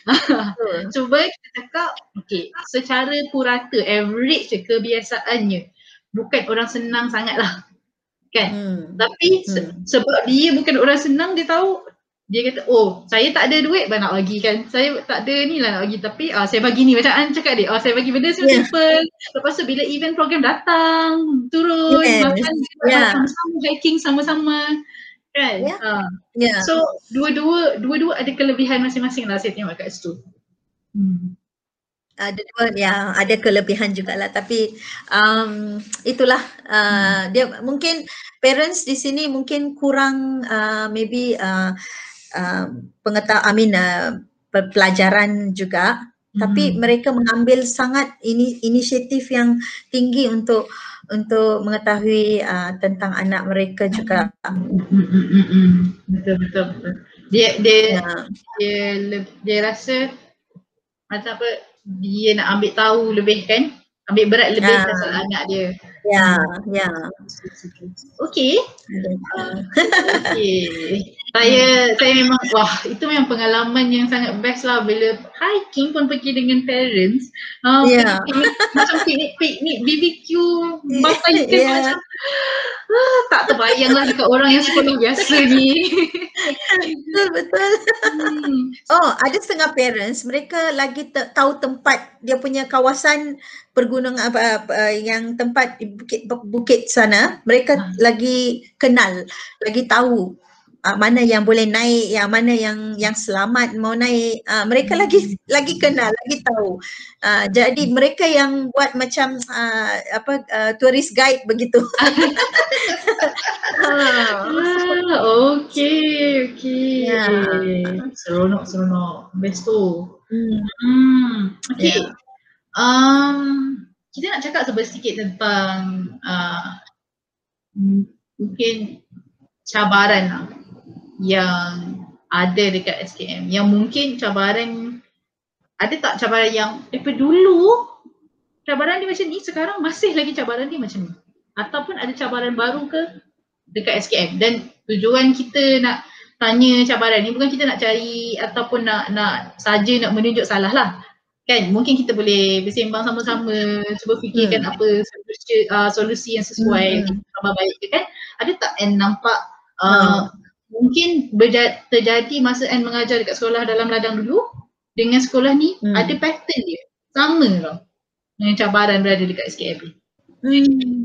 Cuba kita cakap, okay, secara purata, average je kebiasaannya, bukan orang senang sangat lah. Kan? Hmm. Tapi se- hmm. sebab dia bukan orang senang, dia tahu, dia kata, oh saya tak ada duit nak bagi kan, saya tak ada ni lah nak bagi, tapi uh, saya bagi ni, macam An cakap dia, oh saya bagi benda yeah. simple. Lepas tu bila event program datang, turun, yes. makan yeah. sama-sama, hiking sama-sama kan. Yeah. Uh. Yeah. So dua-dua, dua-dua ada kelebihan masing-masing lah saya tengok kat situ. Hmm. Ada dua, ya, ada kelebihan jugalah, tapi um, itulah uh, hmm. dia mungkin parents di sini mungkin kurang uh, maybe uh, uh, pengetahuan, I mean uh, pelajaran juga, hmm. tapi mereka mengambil sangat ini inisiatif yang tinggi untuk untuk mengetahui uh, tentang anak mereka juga. Betul betul betul. Dia dia ya. dia, dia dia rasa macam apa, dia nak ambil tahu lebih kan, ambil berat lebih ya. pasal anak dia. Ya, ya. Okey. Uh, Okey. Saya saya memang, wah itu memang pengalaman yang sangat best lah bila hiking pun pergi dengan parents. Uh, yeah. piknik, macam piknik-piknik, B B Q, makan ikan yeah. macam ah, tak terbayang lah dekat orang yang sekolah biasa ni. Betul, betul. Hmm. Oh, ada setengah parents, mereka lagi te- tahu tempat dia punya kawasan pergunungan apa, apa yang tempat bukit bukit sana, mereka hmm. lagi kenal, lagi tahu uh, mana yang boleh naik, yang mana yang yang selamat mau naik, uh, mereka lagi lagi kenal, lagi tahu. Uh, jadi mereka yang buat macam uh, apa uh, tourist guide begitu. Ah, okey, okey. Ya. Seronok, seronok. Best tu. Hmm. Hmm. Okey. Ya. Um, kita nak cakap sebentar sikit tentang uh, mungkin cabaran lah yang ada dekat S K M. Yang mungkin cabaran, ada tak cabaran yang daripada dulu cabaran dia macam ni, sekarang masih lagi cabaran dia macam ni? Ataupun ada cabaran baru ke dekat S K M? Dan tujuan kita nak tanya cabaran ni bukan kita nak cari ataupun nak nak saja nak menunjuk salah lah. Kan mungkin kita boleh bersembang sama-sama, cuba fikirkan hmm. apa solusi, uh, solusi yang sesuai, hmm. tambah baik ke kan. Ada tak Anne nampak uh, hmm. mungkin berja- terjadi masa Anne mengajar dekat sekolah dalam ladang dulu dengan sekolah ni hmm. ada pattern dia sama tau dengan cabaran berada dekat S K M ni? Hmm.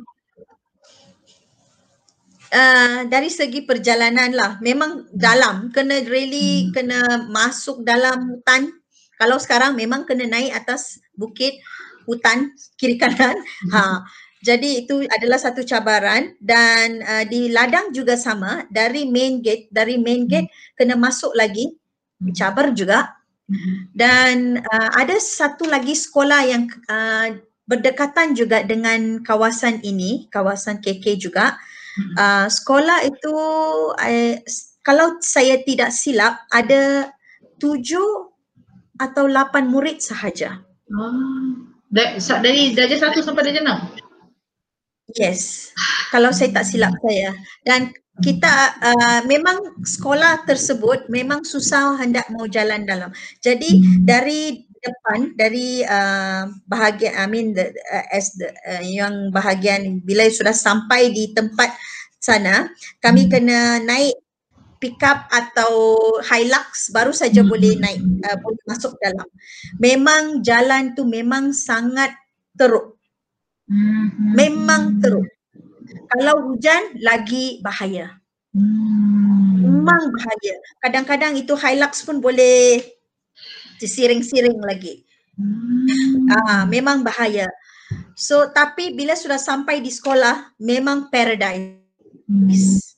Uh, dari segi perjalanan lah, memang dalam, kena really hmm. kena masuk dalam hutan. Kalau sekarang memang kena naik atas bukit, hutan, kiri kanan. Ha. Jadi itu adalah satu cabaran dan uh, di ladang juga sama, dari main gate, dari main gate kena masuk lagi, cabar juga. Dan uh, ada satu lagi sekolah yang uh, berdekatan juga dengan kawasan ini, kawasan K K juga. Uh, sekolah itu uh, kalau saya tidak silap ada tujuh atau lapan murid sahaja. Oh. Dari darjah satu sampai darjah enam? Yes, kalau saya tak silap saya. Dan kita uh, memang sekolah tersebut memang susah hendak mau jalan dalam. Jadi dari depan, dari uh, bahagian I mean the, uh, as the, uh, yang bahagian bila sudah sampai di tempat sana, kami kena naik pick up atau Hilux baru saja boleh naik, uh, boleh masuk dalam. Memang jalan tu memang sangat teruk. Memang teruk. Kalau hujan lagi bahaya. Memang bahaya. Kadang-kadang itu Hilux pun boleh siring-siring lagi. Ah, memang bahaya. So tapi bila sudah sampai di sekolah memang paradise.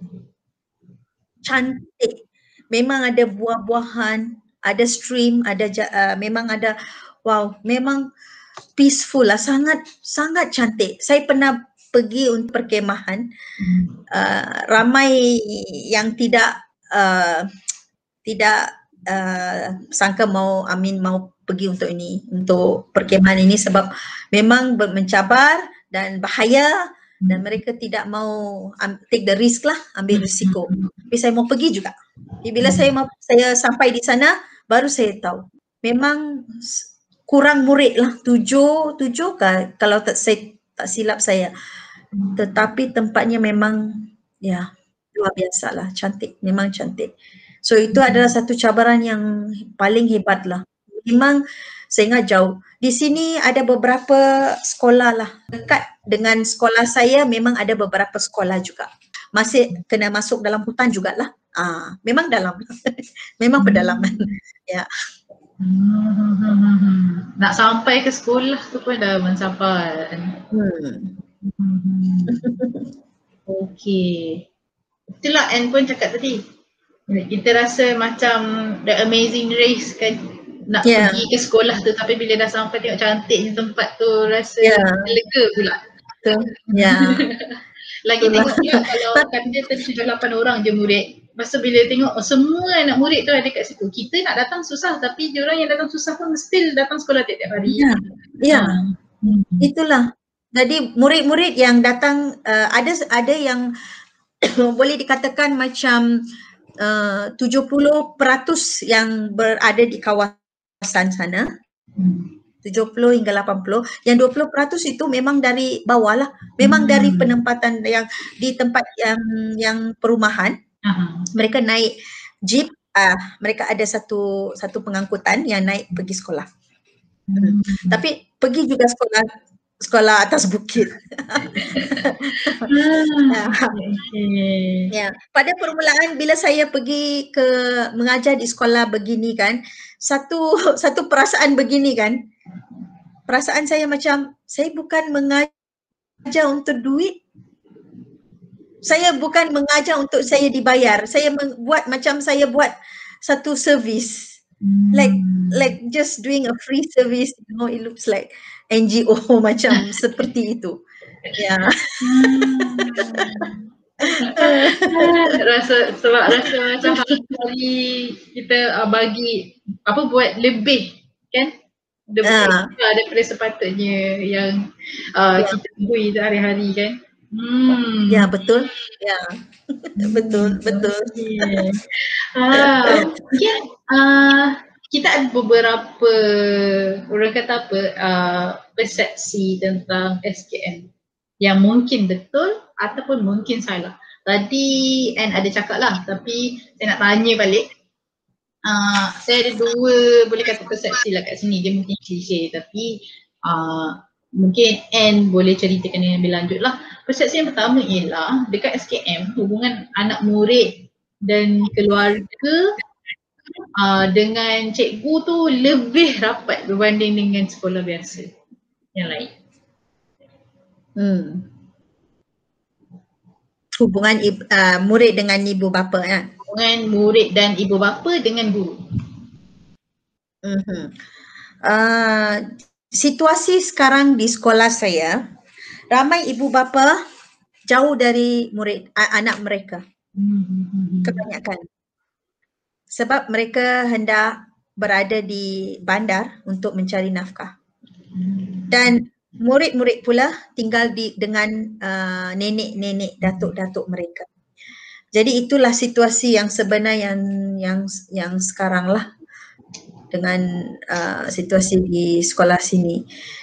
Cantik. Memang ada buah-buahan, ada stream, ada uh, memang ada, wow, memang peaceful lah, sangat sangat cantik. Saya pernah pergi untuk perkemahan, uh, ramai yang tidak uh, tidak uh, sangka mau Amin mau pergi untuk ini, untuk perkemahan ini sebab memang mencabar dan bahaya dan mereka tidak mau um, take the risk lah, ambil risiko. Tapi saya mau pergi juga. Jadi bila saya mau, saya sampai di sana baru saya tahu memang kurang murid lah, tujuh, tujuh kan kalau tak, saya, tak silap saya. Tetapi tempatnya memang ya luar biasa lah, cantik, memang cantik. So itu adalah satu cabaran yang paling hebat lah. Memang saya ingat jauh. Di sini ada beberapa sekolah lah, dekat dengan sekolah saya memang ada beberapa sekolah juga. Masih kena masuk dalam hutan jugalah. Ah, memang dalam, memang pedalaman. Ya. Hmm. Nak sampai ke sekolah tu pun dah mencapai. Hmm. Okey. Itulah Anne pun cakap tadi. Kita rasa macam the amazing race kan, nak yeah. pergi ke sekolah tu, tapi bila dah sampai tengok cantiknya tempat tu rasa yeah. lega pula. Betul. Ya. Lagi tengok pula kalau kata tujuh lapan orang je murid. Masa bila tengok oh, semua anak murid tu ada kat situ. Kita nak datang susah tapi diorang yang datang susah pun still datang sekolah tiap-tiap hari. Ya. Ya. Hmm. Itulah. Jadi murid-murid yang datang uh, ada ada yang boleh dikatakan macam uh, tujuh puluh peratus yang berada di kawasan sana. tujuh puluh hingga lapan puluh. Yang dua puluh peratus itu memang dari bawah lah. Memang hmm. dari penempatan yang di tempat yang yang perumahan. Uh-huh. Mereka naik jeep, uh, mereka ada satu satu pengangkutan yang naik pergi sekolah. Hmm. Tapi pergi juga sekolah sekolah atas bukit. Ah, okay. Ya, pada permulaan bila saya pergi ke mengajar di sekolah begini kan, satu satu perasaan begini kan. Perasaan saya macam saya bukan mengajar untuk duit. Saya bukan mengajar untuk saya dibayar. Saya buat macam saya buat satu servis. Like like just doing a free service, you know, it looks like N G O macam seperti itu. Ya. rasa sebab rasa macam hari kita uh, bagi apa buat lebih kan daripada, uh. daripada sepatutnya yang uh, yeah. kita bui hari-hari kan. Hmm. Ya betul. Ya. betul, betul. Okay. Ah, mungkin uh, kita ada beberapa orang kata apa uh, persepsi tentang S K M yang mungkin betul ataupun mungkin salah. Tadi Anne ada cakap lah, tapi saya nak tanya balik. Uh, saya ada dua boleh kata persepsi lah kat sini, dia mungkin klise tapi uh, mungkin Anne boleh ceritakan yang lebih lanjut lah. Persepsi yang pertama ialah dekat S K M hubungan anak murid dan keluarga uh, dengan cikgu tu lebih rapat berbanding dengan sekolah biasa yang lain. Hmm. Hubungan ibu, uh, murid dengan ibu bapa ya. Hubungan murid dan ibu bapa dengan guru. Mm-hmm. Uh, situasi sekarang di sekolah saya, ramai ibu bapa jauh dari murid uh, anak mereka. Mm-hmm. Kebanyakan. Sebab mereka hendak berada di bandar untuk mencari nafkah. Mm-hmm. Dan murid-murid pula tinggal di dengan uh, nenek-nenek, datuk-datuk mereka. Jadi itulah situasi yang sebenar yang yang yang sekarang lah dengan uh, situasi di sekolah sini.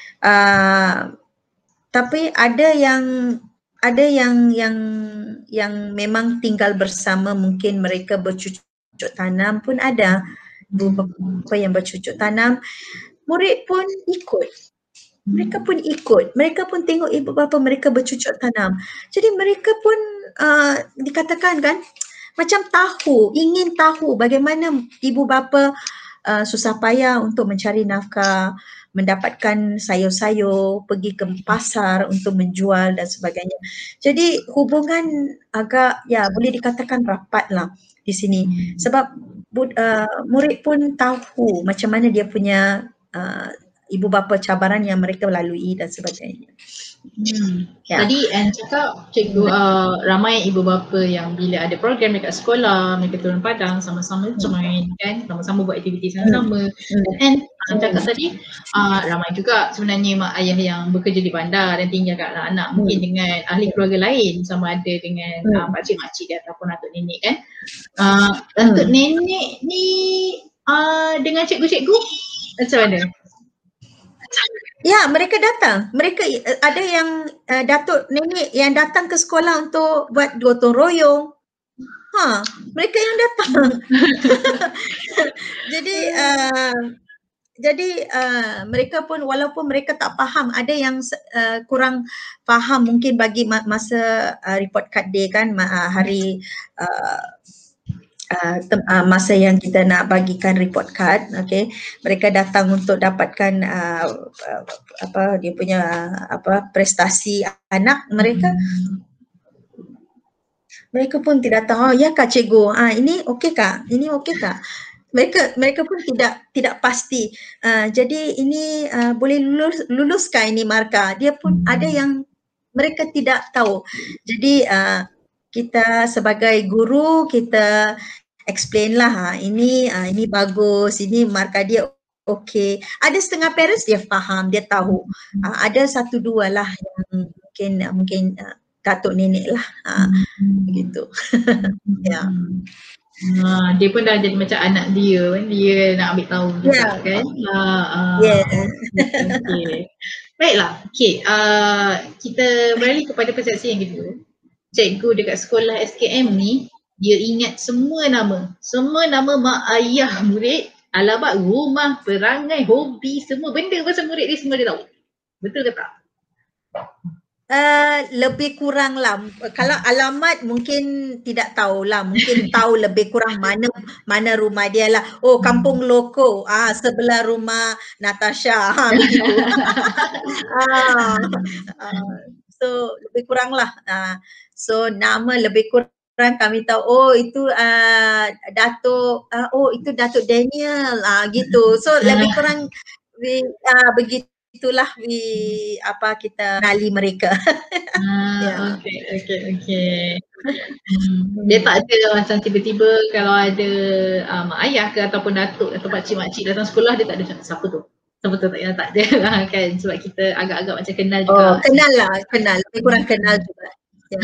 Uh, tapi ada yang ada yang yang yang memang tinggal bersama, mungkin mereka bercucuk tanam pun ada. Beberapa yang bercucuk tanam, murid pun ikut. Mereka pun ikut, mereka pun tengok ibu bapa mereka bercucuk tanam. Jadi mereka pun uh, dikatakan kan macam tahu, ingin tahu bagaimana ibu bapa uh, susah payah untuk mencari nafkah, mendapatkan sayur-sayur, pergi ke pasar untuk menjual dan sebagainya. Jadi hubungan agak ya boleh dikatakan rapat lah di sini. Sebab uh, murid pun tahu macam mana dia punya uh, ibu bapa cabaran yang mereka lalui dan sebagainya. Hmm. Ya. Tadi Anne cakap cikgu uh, ramai ibu bapa yang bila ada program dekat sekolah mereka turun padang sama-sama join kan, sama-sama buat aktiviti sama-sama. Dan Anne uh, cakap tadi uh, ramai juga sebenarnya mak ayah yang bekerja di bandar dan tinggalkan anak-anak mungkin dengan ahli keluarga lain, sama ada dengan uh, pakcik-makcik dia ataupun atuk nenek kan. Uh, atuk nenek ni uh, dengan cikgu-cikgu macam mana? Ya, mereka datang. Mereka ada yang uh, datuk nenek yang datang ke sekolah untuk buat gotong royong. Ha, mereka yang datang. jadi uh, jadi uh, mereka pun walaupun mereka tak faham, ada yang uh, kurang faham mungkin bagi masa uh, report card day kan, uh, hari uh, Uh, uh, masa yang kita nak bagikan report card, okay, mereka datang untuk dapatkan uh, uh, apa dia punya uh, apa prestasi anak mereka. Mereka pun tidak tahu, oh ya kak cikgu, ah ini okey kak, ini okey kak. Mereka mereka pun tidak tidak pasti. Uh, jadi ini uh, boleh lulus luluskah ini markah? Dia pun ada yang mereka tidak tahu. Jadi uh, kita sebagai guru kita explain lah, ha, ini uh, ini bagus, ini markah dia okey. Ada setengah parents dia faham, dia tahu. Uh, ada satu dua lah yang mungkin uh, mungkin uh, datuk nenek lah, uh, begitu. Ya. Ha, dia pun dah jadi macam anak dia kan, dia nak ambil tahu juga yeah. kan. Ha, uh, yeah. Okay. Baiklah, okay. Uh, kita beralih kepada persepsi yang kedua. Cikgu dekat sekolah S K M ni, dia ingat semua nama. Semua nama mak ayah murid, alamat rumah, perangai, hobi, semua benda pasal murid dia semua dia tahu. Betul ke tak? Uh, lebih kurang lah. Kalau alamat mungkin tidak tahulah, mungkin tahu lebih kurang mana mana rumah dia lah. Oh, Kampung Loko, ah sebelah rumah Natasha, ha, begitu. ah, uh, so lebih kurang lah. Uh, so nama lebih kurang kami tahu. Oh itu uh, Datuk, uh, oh itu Datuk Daniel, ah uh, gitu. So lebih kurang we, uh, begitu. Itulah we, apa kita kenali mereka. Ah, Ya. okey, okey, okey. Hmm, dia tak ada macam tiba-tiba kalau ada uh, mak ayah ke ataupun datuk atau pakcik-makcik datang sekolah, dia tak ada siapa tu. Siapa tu tak ya, tak ada lah kan, sebab kita agak-agak macam kenal juga. Oh, kenal lah, kenal. Lebih kurang kenal juga. Ya.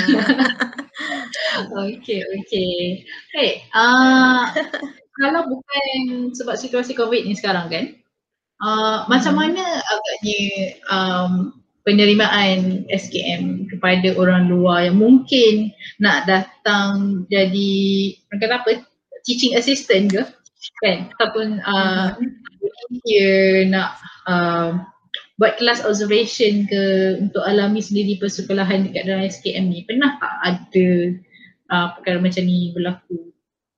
Okey, okey. Hey, uh, kalau bukan sebab situasi COVID ni sekarang kan, uh, macam mana agaknya um, penerimaan S K M kepada orang luar yang mungkin nak datang jadi, orang kata apa, teaching assistant ke kan, ataupun uh, dia nak uh, buat kelas observation ke untuk alami sendiri persekolahan dekat dalam S K M ni. Pernah tak ada uh, perkara macam ni berlaku?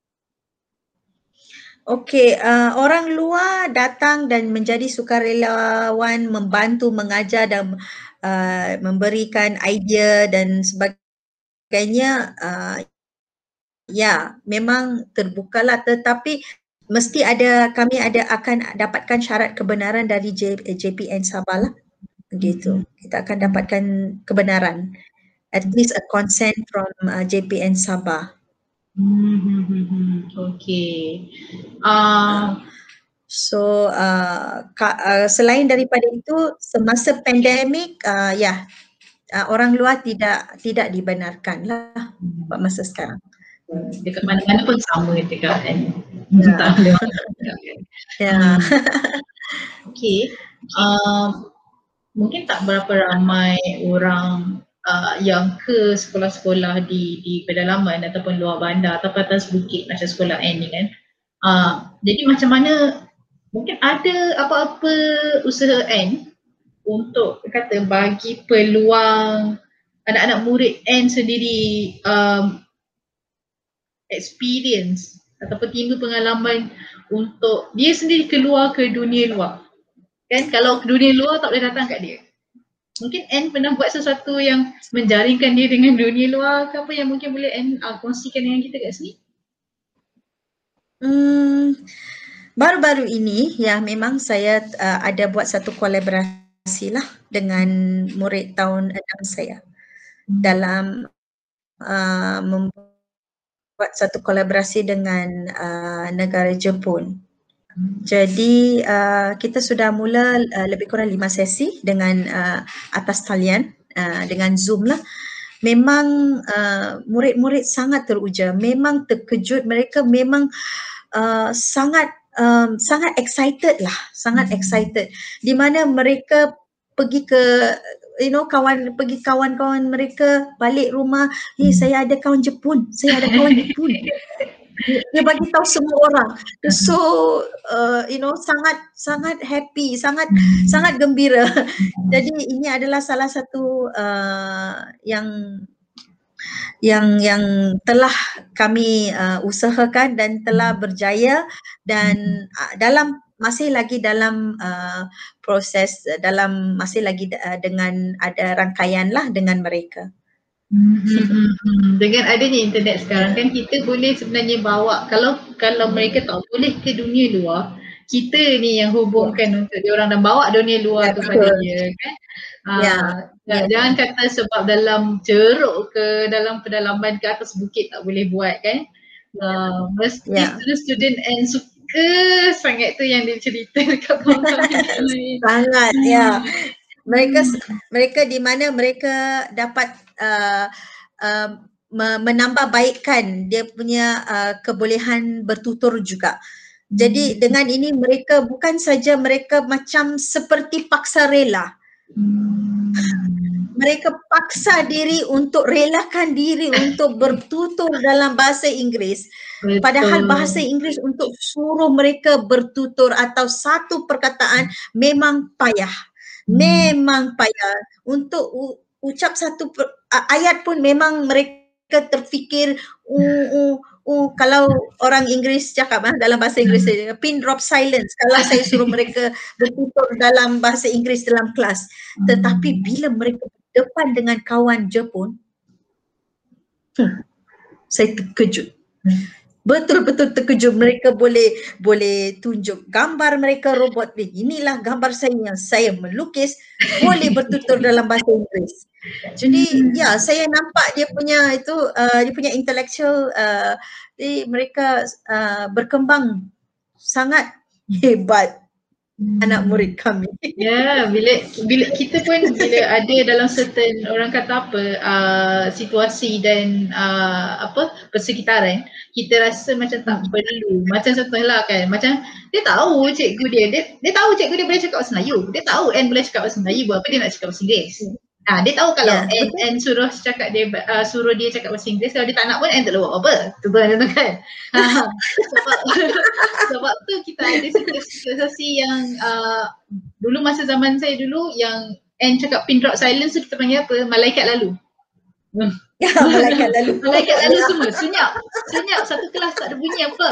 Okey, uh, orang luar datang dan menjadi sukarelawan, membantu mengajar dan uh, memberikan idea dan sebagainya, uh, ya memang terbukalah, tetapi mesti ada, kami ada akan dapatkan syarat kebenaran dari J, JPN Sabah lah. Begitu. Kita akan dapatkan kebenaran. At least a consent from uh, J P N Sabah. Hmm, hmm, hmm, hmm. Okay. Uh, so uh, ka, uh, selain daripada itu, semasa pandemik, uh, ya uh, orang luar tidak tidak dibenarkan lah pada masa sekarang. Dekat mana-mana pun sama dekat kan. Ya. Tak boleh. Ya. Okay. Um, mungkin tak berapa ramai orang uh, yang ke sekolah-sekolah di di pedalaman ataupun luar bandar atau atas bukit macam sekolah N ni kan. Uh, jadi macam mana, mungkin ada apa-apa usaha N untuk kata bagi peluang anak-anak murid N sendiri um, experience ataupun timbul pengalaman untuk dia sendiri keluar ke dunia luar. Kan kalau ke dunia luar tak boleh datang kat dia. Mungkin N pernah buat sesuatu yang menjaringkan dia dengan dunia luar ke apa yang mungkin boleh N uh, kongsikan dengan kita kat sini? Hmm, baru-baru ini ya memang saya uh, ada buat satu kolaborasi lah dengan murid tahun enam saya dalam uh, membuat satu kolaborasi dengan uh, negara Jepun. Jadi uh, kita sudah mula uh, lebih kurang lima sesi dengan uh, atas talian uh, dengan Zoom lah. Memang uh, murid-murid sangat teruja, memang terkejut, mereka memang uh, sangat um, sangat excited lah, sangat excited. Di mana mereka pergi ke, you know, kawan pergi kawan-kawan mereka balik rumah, hey saya ada kawan Jepun, saya ada kawan Jepun. Dia bagi tahu semua orang. So uh, you know, sangat sangat happy, sangat sangat gembira. Jadi ini adalah salah satu uh, yang yang yang telah kami uh, usahakan dan telah berjaya, dan uh, dalam masih lagi dalam uh, proses, dalam masih lagi uh, dengan ada rangkaian lah dengan mereka. Hmm, dengan adanya internet sekarang kan kita boleh sebenarnya bawa, kalau kalau mereka tak boleh ke dunia luar, kita ni yang hubungkan ya. Untuk diorang dan bawa dunia luar ya, tu pada dia kan. Ya. Uh, ya. Jangan kata sebab dalam ceruk ke dalam pedalaman ke atas bukit tak boleh buat kan. Uh, mesti ya. Student-student and suka sangat tu yang dia cerita dekat kawan-kawan yang lain. Sangat ya. Mereka mereka di mana mereka dapat uh, uh, menambah baikkan dia punya uh, kebolehan bertutur juga. Jadi dengan ini mereka bukan saja mereka macam seperti paksa rela. Mereka paksa diri untuk relakan diri untuk bertutur dalam bahasa Inggeris. Betul. Padahal bahasa Inggeris untuk suruh mereka bertutur atau satu perkataan memang payah. Memang payah. Untuk u- ucap satu per, ayat pun memang mereka terfikir uh, uh, uh, kalau orang Inggeris cakap ah, dalam bahasa Inggeris saja, pin drop silence kalau saya suruh mereka bertutur dalam bahasa Inggeris dalam kelas. Tetapi bila mereka berdepan dengan kawan Jepun, hmm, saya terkejut. Betul-betul terkejut. Mereka boleh boleh tunjuk gambar mereka robot ni. Inilah gambar saya yang saya melukis, boleh bertutur dalam bahasa Inggeris. Jadi ya, saya nampak dia punya itu uh, dia punya intellectual uh, di mereka uh, berkembang sangat hebat anak murid kami. Ya, yeah, bila bila kita pun bila ada dalam certain orang kata apa uh, situasi dan uh, apa persekitaran, kita rasa macam tak perlu. Macam contohlah kan, macam dia tahu cikgu dia, dia, dia tahu cikgu dia boleh cakap bahasa Melayu. Dia tahu Anne boleh cakap bahasa Melayu, buat apa dia nak cakap bahasa Inggeris. Ha, dia tahu kalau Ya, Anne, Anne suruh cakap dia uh, suruh dia cakap bahasa Inggeris, kalau dia tak nak pun Anne tak boleh buat apa. Tu kan, kan. Ha, sebab sebab tu kita ada situasi yang uh, dulu masa zaman saya dulu yang Anne cakap pin drop silence tu kita panggil apa? Malaikat lalu. Ya, malaikat lalu. Malaikat lalu semua, senyap. Senyap, satu kelas tak ada bunyi apa.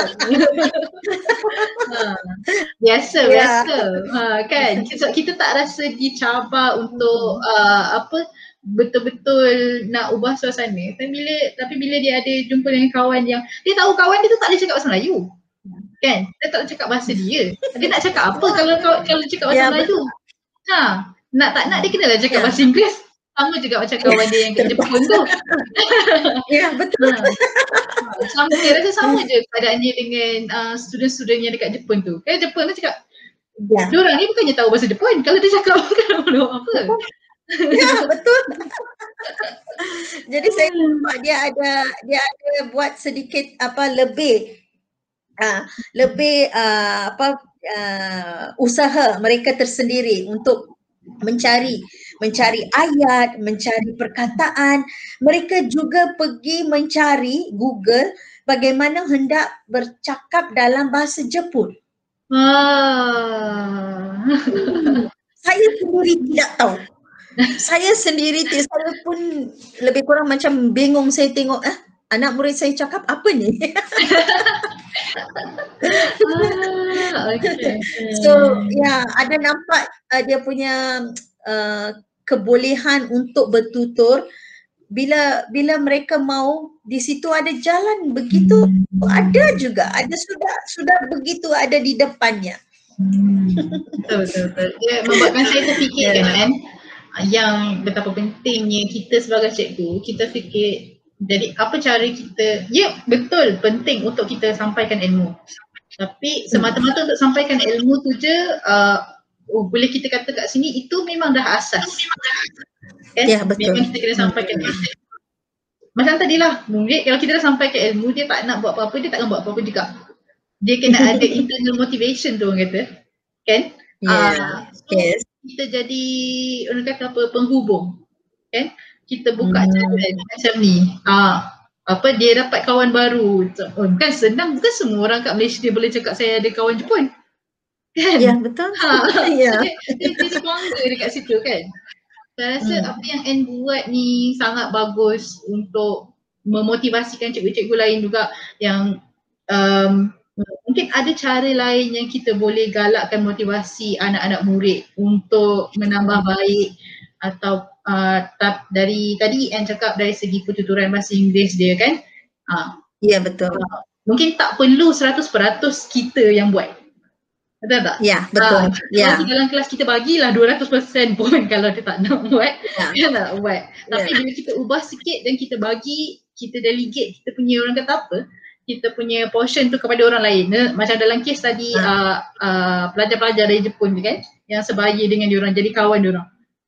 Ha, biasa, Ya. biasa. Ha, kan? Kita, kita tak rasa dicabar untuk uh, apa betul-betul nak ubah suasana. Tapi bila, tapi bila dia ada jumpa dengan kawan yang, dia tahu kawan dia tu tak boleh cakap bahasa Melayu. Kan? Dia tak boleh cakap bahasa dia. Dia nak cakap apa kalau kalau cakap bahasa Ya, Melayu? Ha, nak tak nak dia kenalah cakap Ya. bahasa Inggeris. Sama juga macam kawan dia yang kat Jepun tu. Ya, betul. Ha. Sama, dia rasa sama je keadaannya dengan uh, student-student yang dekat Jepun tu. Kan Jepun tu cakap, Ya. diorang ni bukannya tahu bahasa Jepun. Kalau dia cakap bukan boleh apa. Ya, betul. Jadi saya nampak dia ada dia ada buat sedikit apa lebih uh, lebih uh, apa uh, usaha mereka tersendiri untuk mencari mencari ayat, mencari perkataan. Mereka juga pergi mencari Google bagaimana hendak bercakap dalam bahasa Jepun. Ah. Hmm. Saya sendiri tidak tahu. Saya sendiri, saya pun lebih kurang macam bingung. Saya tengok eh, anak murid saya cakap apa ni? Ah, okay. So ya, ada nampak uh, dia punya uh, kebolehan untuk bertutur. Bila bila mereka mau, di situ ada jalan begitu, ada juga, ada sudah sudah begitu ada di depannya. Betul, betul, betul. Dia membuatkan saya terfikir Ya. kan, yang betapa pentingnya kita sebagai cikgu, kita fikir jadi apa cara kita, ya betul penting untuk kita sampaikan ilmu. Tapi semata-mata untuk sampaikan ilmu tu je, uh, oh, boleh kita kata kat sini itu memang dah asas. Kan? Ya, betul. Memang kita kena sampaikan ilmu. Macam tadilah, murid kalau kita dah sampaikan ilmu, dia tak nak buat apa-apa, dia takkan buat apa-apa juga. Dia kena ada internal motivation tu orang kata. Kan? Yeah. Uh, so Yes. kita jadi orang kata apa, penghubung. Kan? Kita buka Hmm. jalan macam ni. Ah, apa dia dapat kawan baru. Oh, bukan senang, bukan semua orang kat Malaysia dia boleh cakap saya ada kawan Jepun. Kan? Ya, betul. Ha, Ya. dia, dia, dia bangga dekat situ kan. Saya rasa Hmm. apa yang Anne buat ni sangat bagus untuk memotivasikan cikgu-cikgu lain juga yang um, mungkin ada cara lain yang kita boleh galakkan motivasi anak-anak murid untuk menambah baik atau uh, tap, dari tadi Anne cakap dari segi pertuturan bahasa Inggeris dia kan. Uh, Ya, betul. uh, mungkin tak perlu seratus peratus kita yang buat. Betul tak? Ya, betul. Uh, Ya. Kalau dalam kelas kita bagilah dua ratus peratus pun kalau dia tak nak buat, Ya. dia tak buat. Tapi Ya. bila kita ubah sikit dan kita bagi, kita delegate, kita punya orang kata apa, kita punya portion tu kepada orang lain. Macam dalam kes tadi Ha. uh, uh, pelajar-pelajar dari Jepun tu kan, yang sebaya dengan diorang, jadi kawan diorang.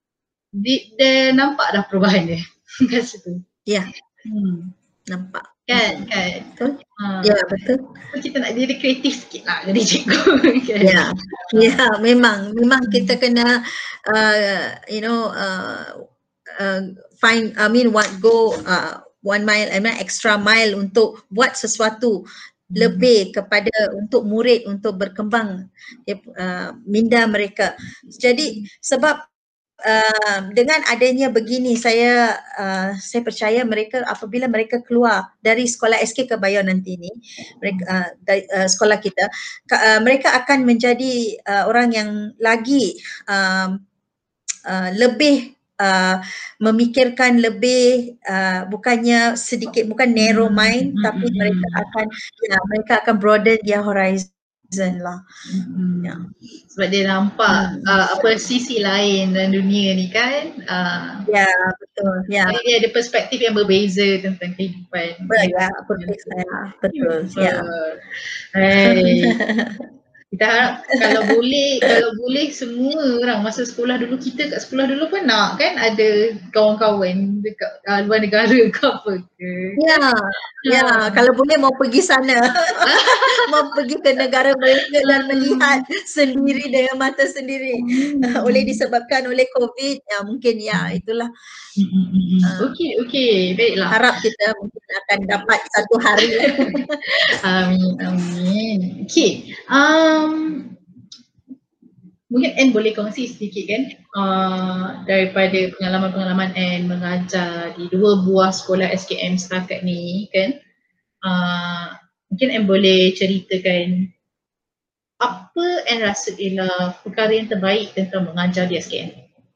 Dia, dia nampak dah perubahan dia kat situ. Ya. Hmm. Nampak. Kan, kan. Betul. Ha. Ya, betul. So, kita nak jadi kreatif sikit lah jadi cikgu. Kan? Ya. Ya, memang memang kita kena uh, you know uh, uh, find I mean what go uh, one mile I mean extra mile untuk buat sesuatu lebih kepada untuk murid untuk berkembang uh, minda mereka. Jadi sebab uh, dengan adanya begini saya uh, saya percaya mereka apabila mereka keluar dari sekolah S K Kebayoran nanti ni mereka uh, dari, uh, sekolah kita uh, mereka akan menjadi uh, orang yang lagi um, uh, lebih Uh, memikirkan lebih uh, bukannya sedikit bukan narrow mind, mm-hmm. tapi mereka akan ya mereka akan broaden their horizon lah. Mm-hmm. Ya. Sebab dia nampak mm-hmm. uh, apa sisi lain dalam dunia ni kan. Uh, ya betul. Ya. Jadi dia ada perspektif yang berbeza tentang kehidupan. Betul ya, betul saya. Betul. Ya. Hey. Kita harap kalau boleh, kalau boleh semua orang masa sekolah dulu, kita kat sekolah dulu pun nak kan ada kawan-kawan dekat uh, luar negara ke apa ke. Ya, ya ha. Kalau boleh mau pergi sana, mau pergi ke negara mereka dan melihat sendiri dengan mata sendiri. Uh, oleh disebabkan oleh COVID, ya mungkin ya itulah. Uh, okey, okey, baiklah. Harap kita mungkin akan dapat satu hari. Amin, amin. Okey, um, mungkin Anne boleh kongsi sedikit kan uh, daripada pengalaman-pengalaman Anne mengajar di dua buah sekolah S K M setakat ni kan. Uh, mungkin Anne boleh ceritakan apa Anne rasa ialah perkara yang terbaik tentang mengajar di S K M.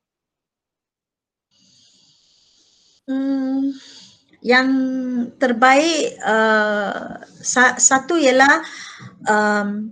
Hmm, yang terbaik uh, sa- satu ialah um,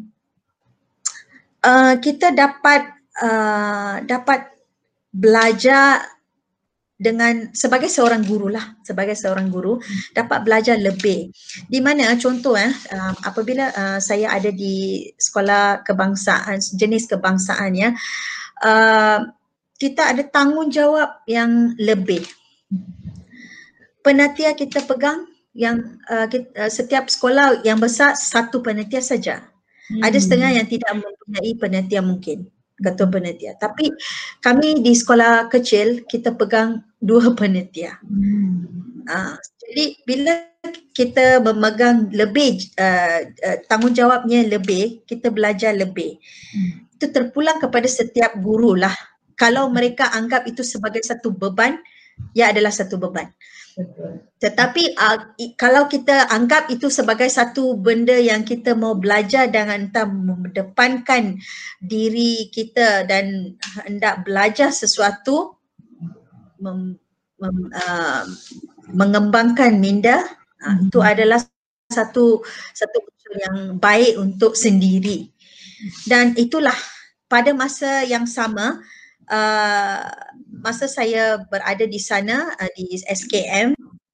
uh, kita dapat uh, dapat belajar dengan sebagai seorang guru lah, sebagai seorang guru dapat belajar lebih. Di mana contoh eh uh, apabila uh, saya ada di sekolah kebangsaan, jenis kebangsaan ya, uh, kita ada tanggungjawab yang lebih. Penatiar kita pegang yang uh, kita, uh, setiap sekolah yang besar satu penatiar saja. Hmm. Ada setengah yang tidak mempunyai penatiar mungkin, ketua penatiar. Tapi kami di sekolah kecil kita pegang dua penatiar. Hmm. Uh, jadi bila kita memegang lebih uh, uh, tanggungjawabnya lebih, kita belajar lebih. Hmm. Itu terpulang kepada setiap guru lah. Kalau mereka anggap itu sebagai satu beban, ya adalah satu beban. Betul. Tetapi uh, i, kalau kita anggap itu sebagai satu benda yang kita mau belajar dan hendak mengedepankan diri kita dan hendak belajar sesuatu, mem, mem, uh, mengembangkan minda, uh, itu adalah satu satu usul yang baik untuk sendiri. Dan itulah pada masa yang sama, Uh, masa saya berada di sana uh, di S K M,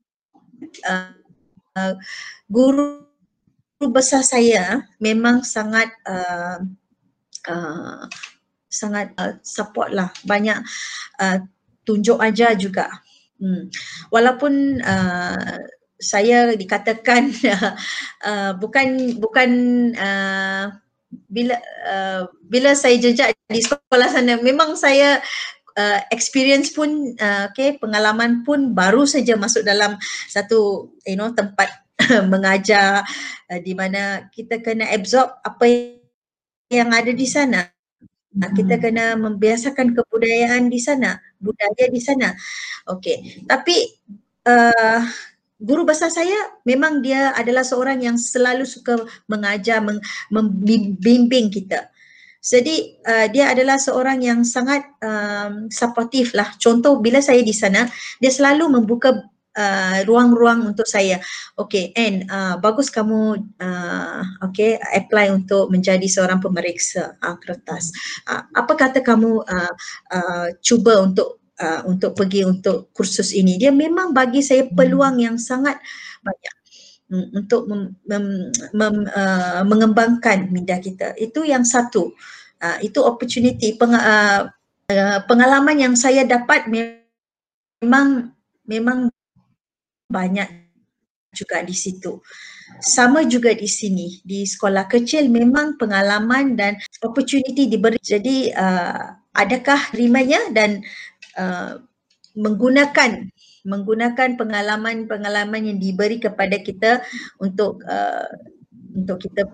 uh, uh, guru besar saya memang sangat uh, uh, sangat uh, support lah, banyak uh, tunjuk ajar juga. Hmm. Walaupun uh, saya dikatakan uh, bukan bukan uh, bila uh, bila saya jejak di sekolah sana, memang saya uh, experience pun uh, okay, pengalaman pun baru saja masuk dalam satu you know tempat mengajar uh, di mana kita kena absorb apa yang ada di sana. Uh, kita kena membiasakan kebudayaan di sana, budaya di sana. Okey, tapi uh, guru besar saya memang dia adalah seorang yang selalu suka mengajar, membimbing kita. Jadi uh, dia adalah seorang yang sangat um, supportive lah. Contoh bila saya di sana, dia selalu membuka uh, ruang-ruang untuk saya. Okay, Anne, uh, bagus kamu uh, okay, apply untuk menjadi seorang pemeriksa uh, kertas. Uh, apa kata kamu uh, uh, cuba untuk Uh, untuk pergi untuk kursus ini. Dia memang bagi saya peluang yang sangat banyak um, untuk mem, mem, mem, uh, mengembangkan minda kita. Itu yang satu. Uh, itu opportunity, peng, uh, uh, pengalaman yang saya dapat memang memang banyak juga di situ. Sama juga di sini, di sekolah kecil memang pengalaman dan opportunity diberi. Jadi uh, adakah terimanya dan Uh, menggunakan menggunakan pengalaman-pengalaman yang diberi kepada kita untuk uh, untuk kita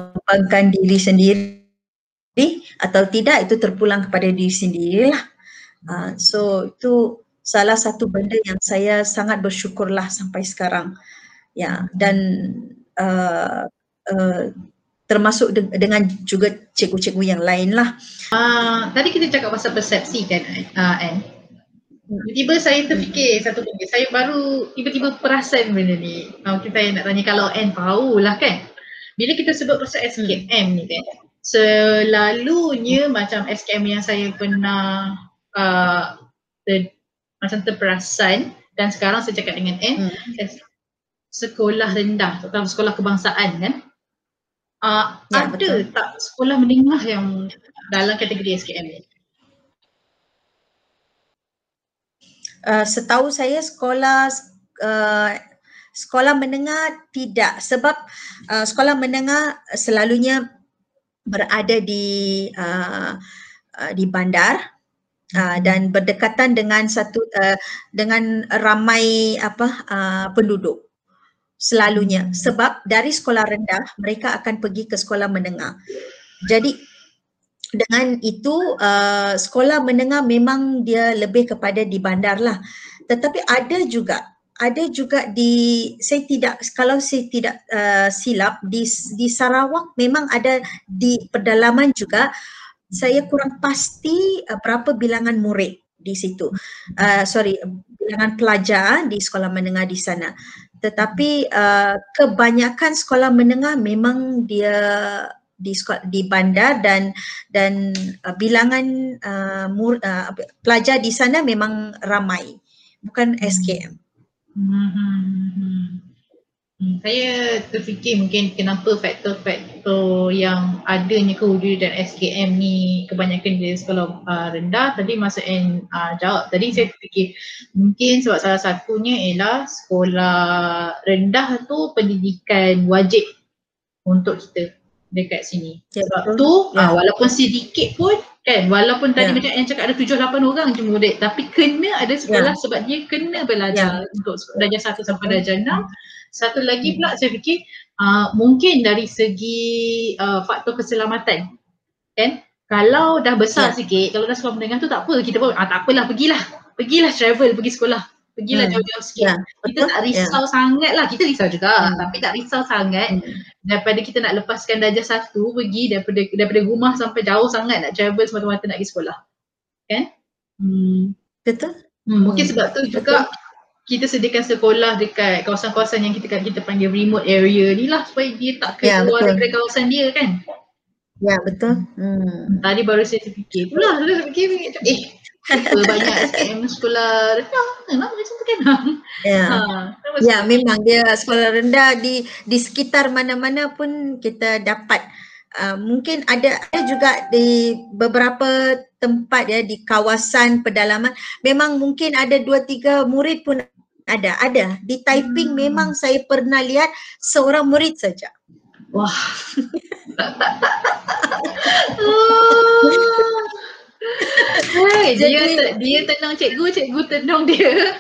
mengembangkan diri sendiri atau tidak, itu terpulang kepada diri sendirilah. Uh, so itu salah satu benda yang saya sangat bersyukurlah sampai sekarang. Ya, dan uh, uh, termasuk de- dengan juga cikgu-cikgu yang lain lah. Uh, tadi kita cakap pasal persepsi kan, uh, Anne. Tiba-tiba saya terfikir satu benda, saya baru tiba-tiba perasan benda ni. Uh, kita nak tanya kalau Anne tahulah kan. Bila kita sebut pasal S K M ni kan, selalunya macam S K M yang saya pernah uh, ter, macam terperasan dan sekarang saya cakap dengan Anne, hmm. sekolah rendah atau sekolah kebangsaan kan, uh, ya, ada betul. Tak sekolah menengah yang dalam kategori S K M ni? Uh, setahu saya sekolah uh, sekolah menengah tidak, sebab uh, sekolah menengah selalunya berada di uh, uh, di bandar uh, dan berdekatan dengan satu uh, dengan ramai apa uh, penduduk selalunya, sebab dari sekolah rendah mereka akan pergi ke sekolah menengah. Jadi dengan itu uh, sekolah menengah memang dia lebih kepada di bandar lah, tetapi ada juga ada juga di, saya tidak, kalau saya tidak uh, silap di di Sarawak memang ada di pedalaman juga. Saya kurang pasti uh, berapa bilangan murid di situ, uh, sorry bilangan pelajar di sekolah menengah di sana. Tetapi uh, kebanyakan sekolah menengah memang dia di sekolah, di bandar, dan dan uh, bilangan uh, mur, uh, pelajar di sana memang ramai, bukan S K M. Hmm, hmm, hmm. Hmm, saya terfikir mungkin kenapa faktor-faktor yang adanya kewujudan S K M ni kebanyakan di sekolah uh, rendah. Tadi masa Anne uh, jawab tadi, saya terfikir mungkin sebab salah satunya ialah sekolah rendah tu pendidikan wajib untuk kita dekat sini. Ya, sebab betul. tu ya. uh, walaupun sedikit pun kan, walaupun tadi ya. macam Anne cakap ada tujuh lapan orang je murid, tapi kena ada sekolah ya. sebab dia kena belajar ya. untuk darjah satu sampai darjah enam. Satu lagi pula saya fikir uh, mungkin dari segi uh, faktor keselamatan kan, kalau dah besar ya. sikit, kalau dah sekolah menengah tu tak apa, kita pun ah, tak apalah, pergilah pergilah travel pergi sekolah, pergilah hmm. jauh-jauh sikit ya. kita tak risau ya. sangat lah, kita risau juga hmm. tapi tak risau sangat hmm. daripada kita nak lepaskan darjah satu pergi daripada daripada rumah sampai jauh sangat nak travel semata-mata nak pergi sekolah kan. hmm. Betul. hmm, mungkin hmm. sebab tu juga betul. Kita sediakan sekolah dekat kawasan-kawasan yang kita kita panggil remote area ni lah, supaya dia tak keluar ya, daripada kawasan dia kan. Ya betul. Hmm. Tadi baru saya terfikir itulah, saya terfikir eh apa banyak S K M sekolah rendah, kenapa macam tu kan. Ya, ha, ya memang dia sekolah rendah di di sekitar mana-mana pun kita dapat. Uh, mungkin ada, ada juga di beberapa tempat ya di kawasan pedalaman memang mungkin ada dua tiga murid pun ada. Ada di Taiping hmm. memang saya pernah lihat seorang murid saja. Wah. Hey, dia Jadi, dia tenang cikgu, cikgu tenang dia.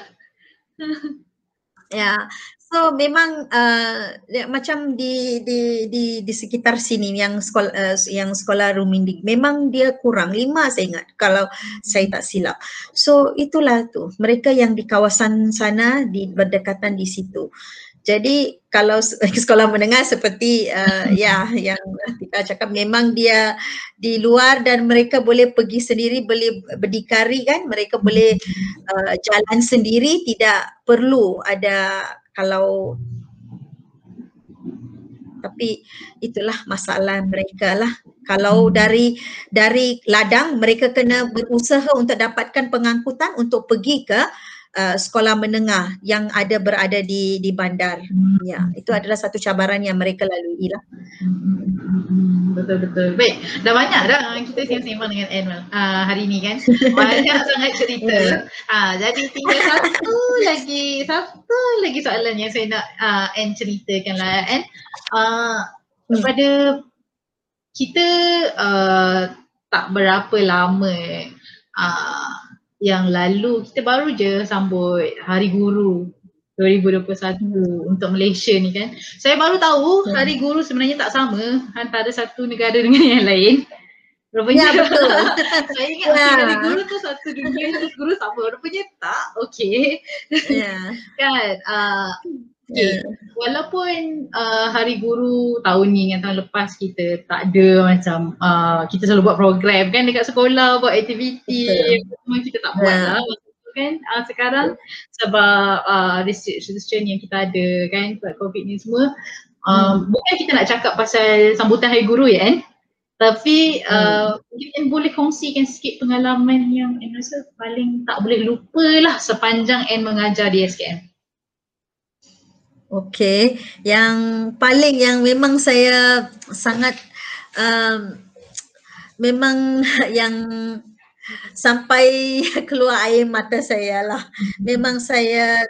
Ya. So memang uh, macam di di di di sekitar sini yang sekolah uh, yang sekolah Ruminding memang dia kurang lima saya ingat kalau saya tak silap. So itulah tu mereka yang di kawasan sana di berdekatan di situ. Jadi kalau sekolah menengah seperti uh, ya yang kita cakap memang dia di luar dan mereka boleh pergi sendiri, boleh berdikari kan, mereka boleh uh, jalan sendiri, tidak perlu ada kalau, tapi itulah masalah mereka lah. Kalau dari dari ladang mereka kena berusaha untuk dapatkan pengangkutan untuk pergi ke Uh, sekolah menengah yang ada berada di di bandar. Ya, itu adalah satu cabaran yang mereka lalui lah. Betul-betul. Baik, dah banyak dah kita sembang dengan Anne uh, hari ni kan. Banyak sangat cerita. Uh, jadi tinggal satu lagi, satu lagi soalan yang saya nak uh, Anne ceritakan lah Anne. Uh, kepada kita uh, tak berapa lama uh, yang lalu kita baru je sambut Hari Guru dua ribu dua puluh satu hmm. untuk Malaysia ni kan. Saya baru tahu hmm. Hari Guru sebenarnya tak sama antara satu negara dengan yang lain. Rupanya Ya, betul. saya ingat Ya. okey dari guru tu satu dunia, terus guru sama. Rupanya tak, okey. Ya. Kan, uh, Ya. okey. Walaupun uh, hari guru tahun ni dengan tahun lepas kita tak ada macam uh, kita selalu buat program kan dekat sekolah, buat aktiviti, Betul. semua kita tak buat Ya. lah masa tu kan. Uh, sekarang sebab uh, restriction yang kita ada kan sebab COVID ni semua, um, Hmm. bukan kita nak cakap pasal sambutan hari guru ya kan, tapi uh, mungkin Anne boleh kongsikan sikit pengalaman yang Anne rasa paling tak boleh lupa lah sepanjang Anne mengajar di S K M. Okey, yang paling yang memang saya sangat um, memang yang sampai keluar air mata saya lah. Memang saya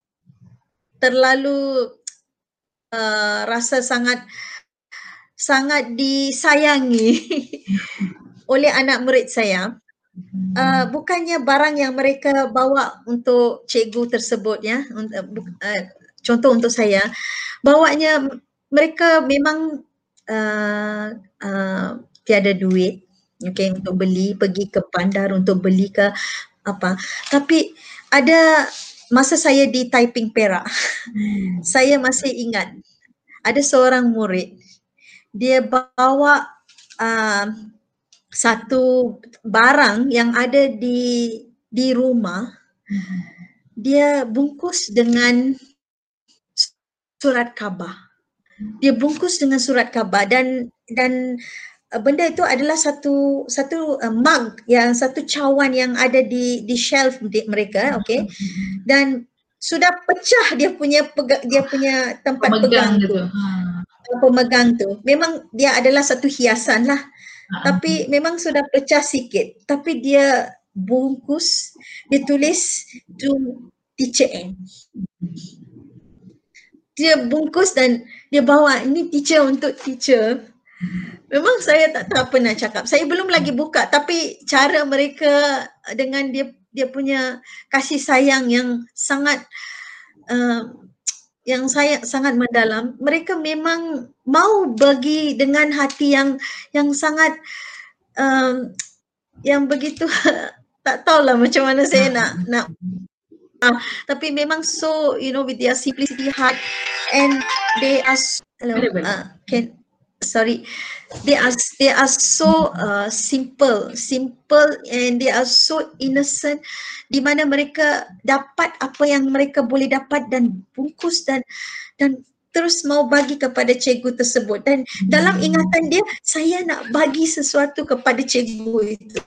terlalu uh, rasa sangat sangat disayangi oleh anak murid saya. Uh, bukannya barang yang mereka bawa untuk cikgu tersebut ya, untuk, uh, contoh untuk saya, bawanya mereka memang uh, uh, tiada duit, okay, untuk beli, pergi ke bandar untuk beli ke apa. Tapi ada masa saya di Taiping Perak, saya masih ingat ada seorang murid, dia bawa uh, satu barang yang ada di di rumah, dia bungkus dengan surat khabar. Dia bungkus dengan surat khabar dan dan uh, benda itu adalah satu satu uh, mug yang satu cawan yang ada di di shelf di, mereka, okey. Dan sudah pecah dia punya pega, dia punya tempat pegang, pegang tu. Ha. Pemegang tu. Memang dia adalah satu hiasan lah. Ha. Tapi memang sudah pecah sikit. Tapi dia bungkus, dia tulis to teacher N. Dia bungkus dan dia bawa, ini teacher untuk teacher. Memang saya tak tahu apa nak cakap. Saya belum lagi buka, tapi cara mereka dengan dia dia punya kasih sayang yang sangat uh, yang saya sangat mendalam. Mereka memang mau bagi dengan hati yang yang sangat um, yang begitu tak tahulah macam mana saya nak nak Uh, tapi memang so, you know, with their simplicity heart, and they are so, hello, uh, can, sorry, they are they are so uh, simple, simple, and they are so innocent, di mana mereka dapat apa yang mereka boleh dapat dan bungkus dan dan terus mau bagi kepada cikgu tersebut. Dan dalam ingatan dia, saya nak bagi sesuatu kepada cikgu itu.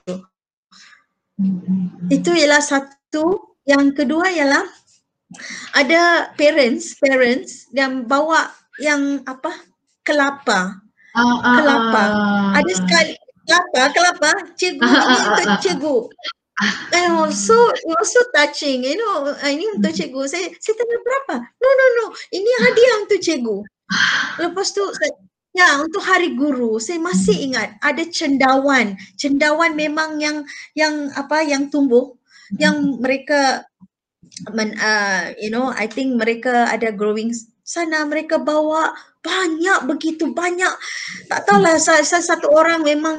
Itu ialah satu. Yang kedua ialah ada parents, parents yang bawa yang apa, kelapa, uh, uh, kelapa. Uh, ada sekali kelapa, kelapa, cikgu ini untuk cikgu. And also, it was so touching, you know, ini untuk cikgu. Saya, saya tanya berapa? No, no, no, ini hadiah untuk cikgu. Lepas tu, saya, ya, untuk hari guru, saya masih ingat ada cendawan. Cendawan memang yang yang apa, yang tumbuh, yang mereka men, uh, you know, I think mereka ada growing sana, mereka bawa banyak, begitu banyak. Tak tahulah, saya, saya satu orang memang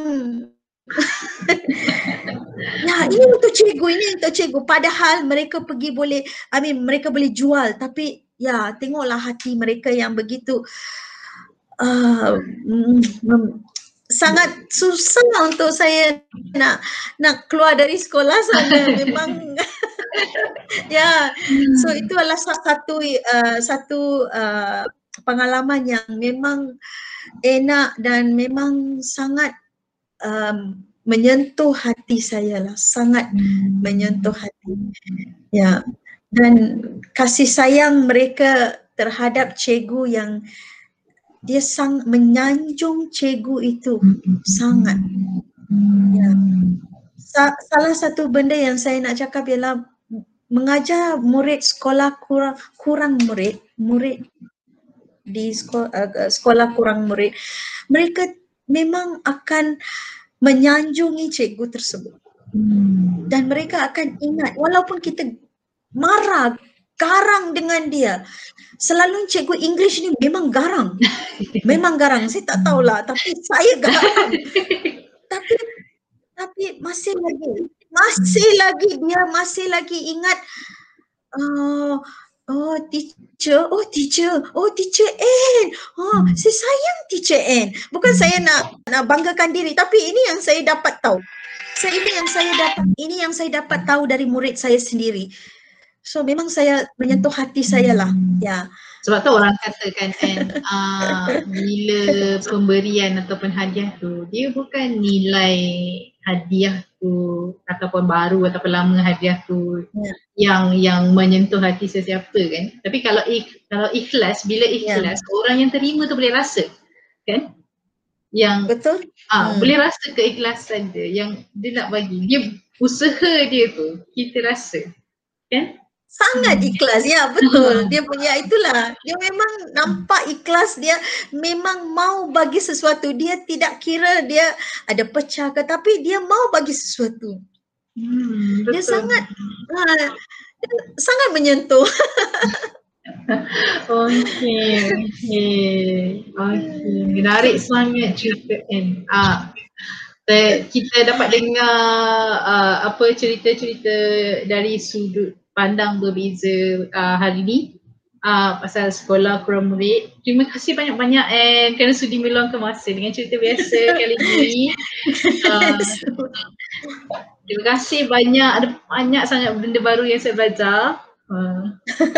ya, ini untuk cikgu, ini untuk cikgu. Padahal mereka pergi boleh, I mean mereka boleh jual, tapi ya tengoklah hati mereka yang begitu uh, mm, sangat susah untuk saya nak nak keluar dari sekolah sana. Memang ya, so itu adalah satu uh, satu uh, pengalaman yang memang enak dan memang sangat um, menyentuh hati saya lah, sangat menyentuh hati. Ya, dan kasih sayang mereka terhadap cikgu yang dia sang menyanjung cikgu itu sangat. Ya. Sa- salah satu benda yang saya nak cakap ialah mengajar murid sekolah kurang kurang murid, murid di sekolah, uh, sekolah kurang murid, mereka memang akan menyanjungi cikgu tersebut. Dan mereka akan ingat walaupun kita marah, garang dengan dia. Selalu cikgu English ni memang garang. Memang garang. Saya tak tahulah, tapi saya garang. tapi tapi masih lagi masih lagi dia masih lagi ingat, uh, oh teacher, oh teacher, oh teacher Ann, oh saya sayang teacher Ann. Bukan saya nak nak banggakan diri, tapi ini yang saya dapat tahu. Saya ini yang saya dapat ini yang saya dapat tahu dari murid saya sendiri. So memang saya menyentuh hati saya lah. Ya. Sebab tu orang katakan kan, uh, bila pemberian ataupun hadiah tu, dia bukan nilai hadiah tu ataupun baru ataupun lama hadiah tu yeah. yang yang menyentuh hati sesiapa kan. Tapi kalau ik, kalau ikhlas, bila ikhlas, yeah. orang yang terima tu boleh rasa kan. Yang betul. Ah, hmm. boleh rasa keikhlasan dia yang dia nak bagi. Dia usaha dia tu kita rasa kan. Sangat ikhlas, ya betul. Dia punya itulah, dia memang nampak ikhlas, dia memang mau bagi sesuatu. Dia tidak kira dia ada pecah ke, tapi dia mau bagi sesuatu. Hmm, dia sangat uh, dia sangat menyentuh. Okey, okey. Okey, menarik sangat cerita Ann. Ah, kita dapat dengar uh, apa cerita-cerita dari sudut pandang berbeza uh, hari ni uh, pasal sekolah kurang murid. Terima kasih banyak-banyak Ann kerana sudi meluangkan masa dengan cerita biasa kali ni. Uh, terima kasih banyak, ada banyak sangat benda baru yang saya belajar. Uh.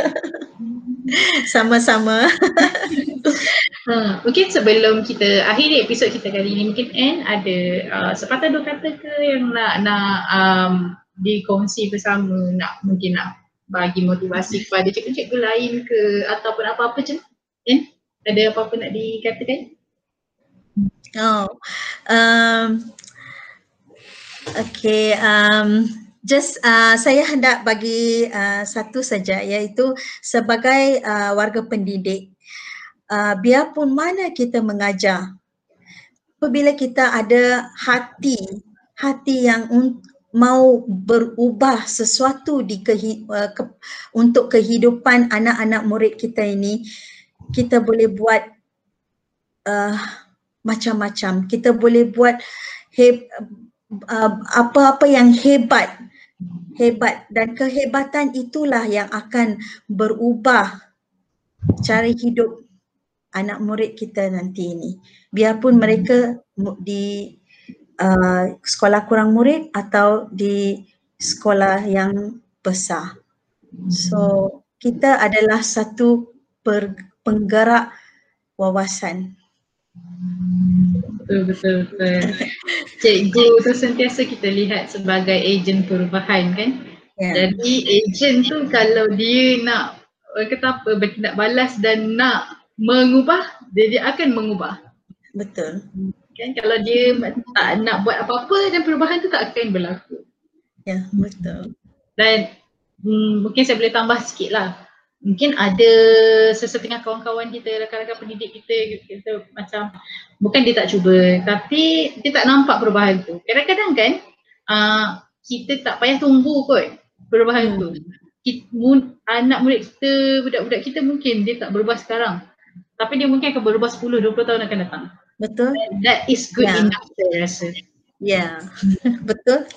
Sama-sama. Uh, mungkin sebelum kita akhiri episod kita kali ni, mungkin Ann ada uh, sepatah dua kata ke yang nak nak um, dikongsi bersama, nak mungkin nak bagi motivasi kepada cikgu-cikgu lain ke ataupun apa-apa je. Kan? Ada apa-apa nak dikatakan? Oh, um, okay, um, just uh, saya hendak bagi uh, satu saja, iaitu sebagai uh, warga pendidik, uh, biarpun mana kita mengajar, apabila kita ada hati, hati yang un- mau berubah sesuatu di kehi- uh, ke- untuk kehidupan anak-anak murid kita ini, kita boleh buat uh, macam-macam. Kita boleh buat he- uh, apa-apa yang hebat, hebat dan kehebatan itulah yang akan berubah cara hidup anak murid kita nanti ini. Biarpun mereka di Uh, sekolah kurang murid atau di sekolah yang besar. So kita adalah satu per, penggerak wawasan. Betul, betul, betul. Cikgu tu sentiasa kita lihat sebagai ejen perubahan kan. Yeah. Jadi ejen tu kalau dia nak kata apa, bertindak balas dan nak mengubah, dia, dia akan mengubah. Betul. Kan kalau dia tak nak buat apa-apa dan perubahan tu tak akan berlaku. Ya, betul. Dan hmm, mungkin saya boleh tambah sikit lah. Mungkin ada sesetengah kawan-kawan kita, rakan-rakan pendidik kita, kita macam bukan dia tak cuba, tapi dia tak nampak perubahan tu. Kadang-kadang kan uh, kita tak payah tunggu kot perubahan hmm. tu. Kita, anak murid kita, budak-budak kita mungkin dia tak berubah sekarang, tapi dia mungkin akan berubah sepuluh dua puluh tahun akan datang. Betul. That is good yeah. enough saya rasa. Ya, yeah. Betul.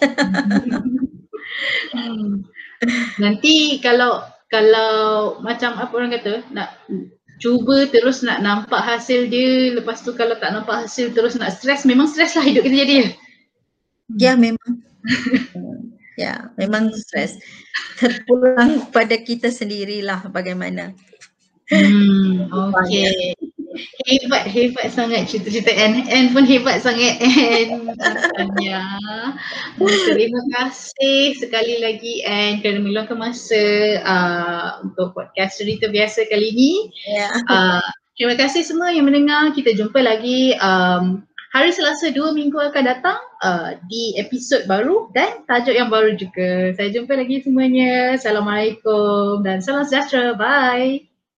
hmm. Nanti kalau kalau macam apa orang kata, nak cuba terus nak nampak hasil dia, lepas tu kalau tak nampak hasil terus nak stres, memang stres lah hidup kita jadi. Ya, memang. Ya, memang stres. Terpulang pada kita sendirilah bagaimana. Hmm, okay. Hebat, hebat sangat cerita-cerita Ann. Ann pun hebat sangat Ann. Ya. Terima kasih sekali lagi Ann kerana meluangkan masa uh, untuk podcast cerita biasa kali ini. Yeah. Uh, terima kasih semua yang mendengar. Kita jumpa lagi um, hari Selasa dua minggu akan datang uh, di episod baru dan tajuk yang baru juga. Saya jumpa lagi semuanya. Assalamualaikum dan salam sejahtera. Bye.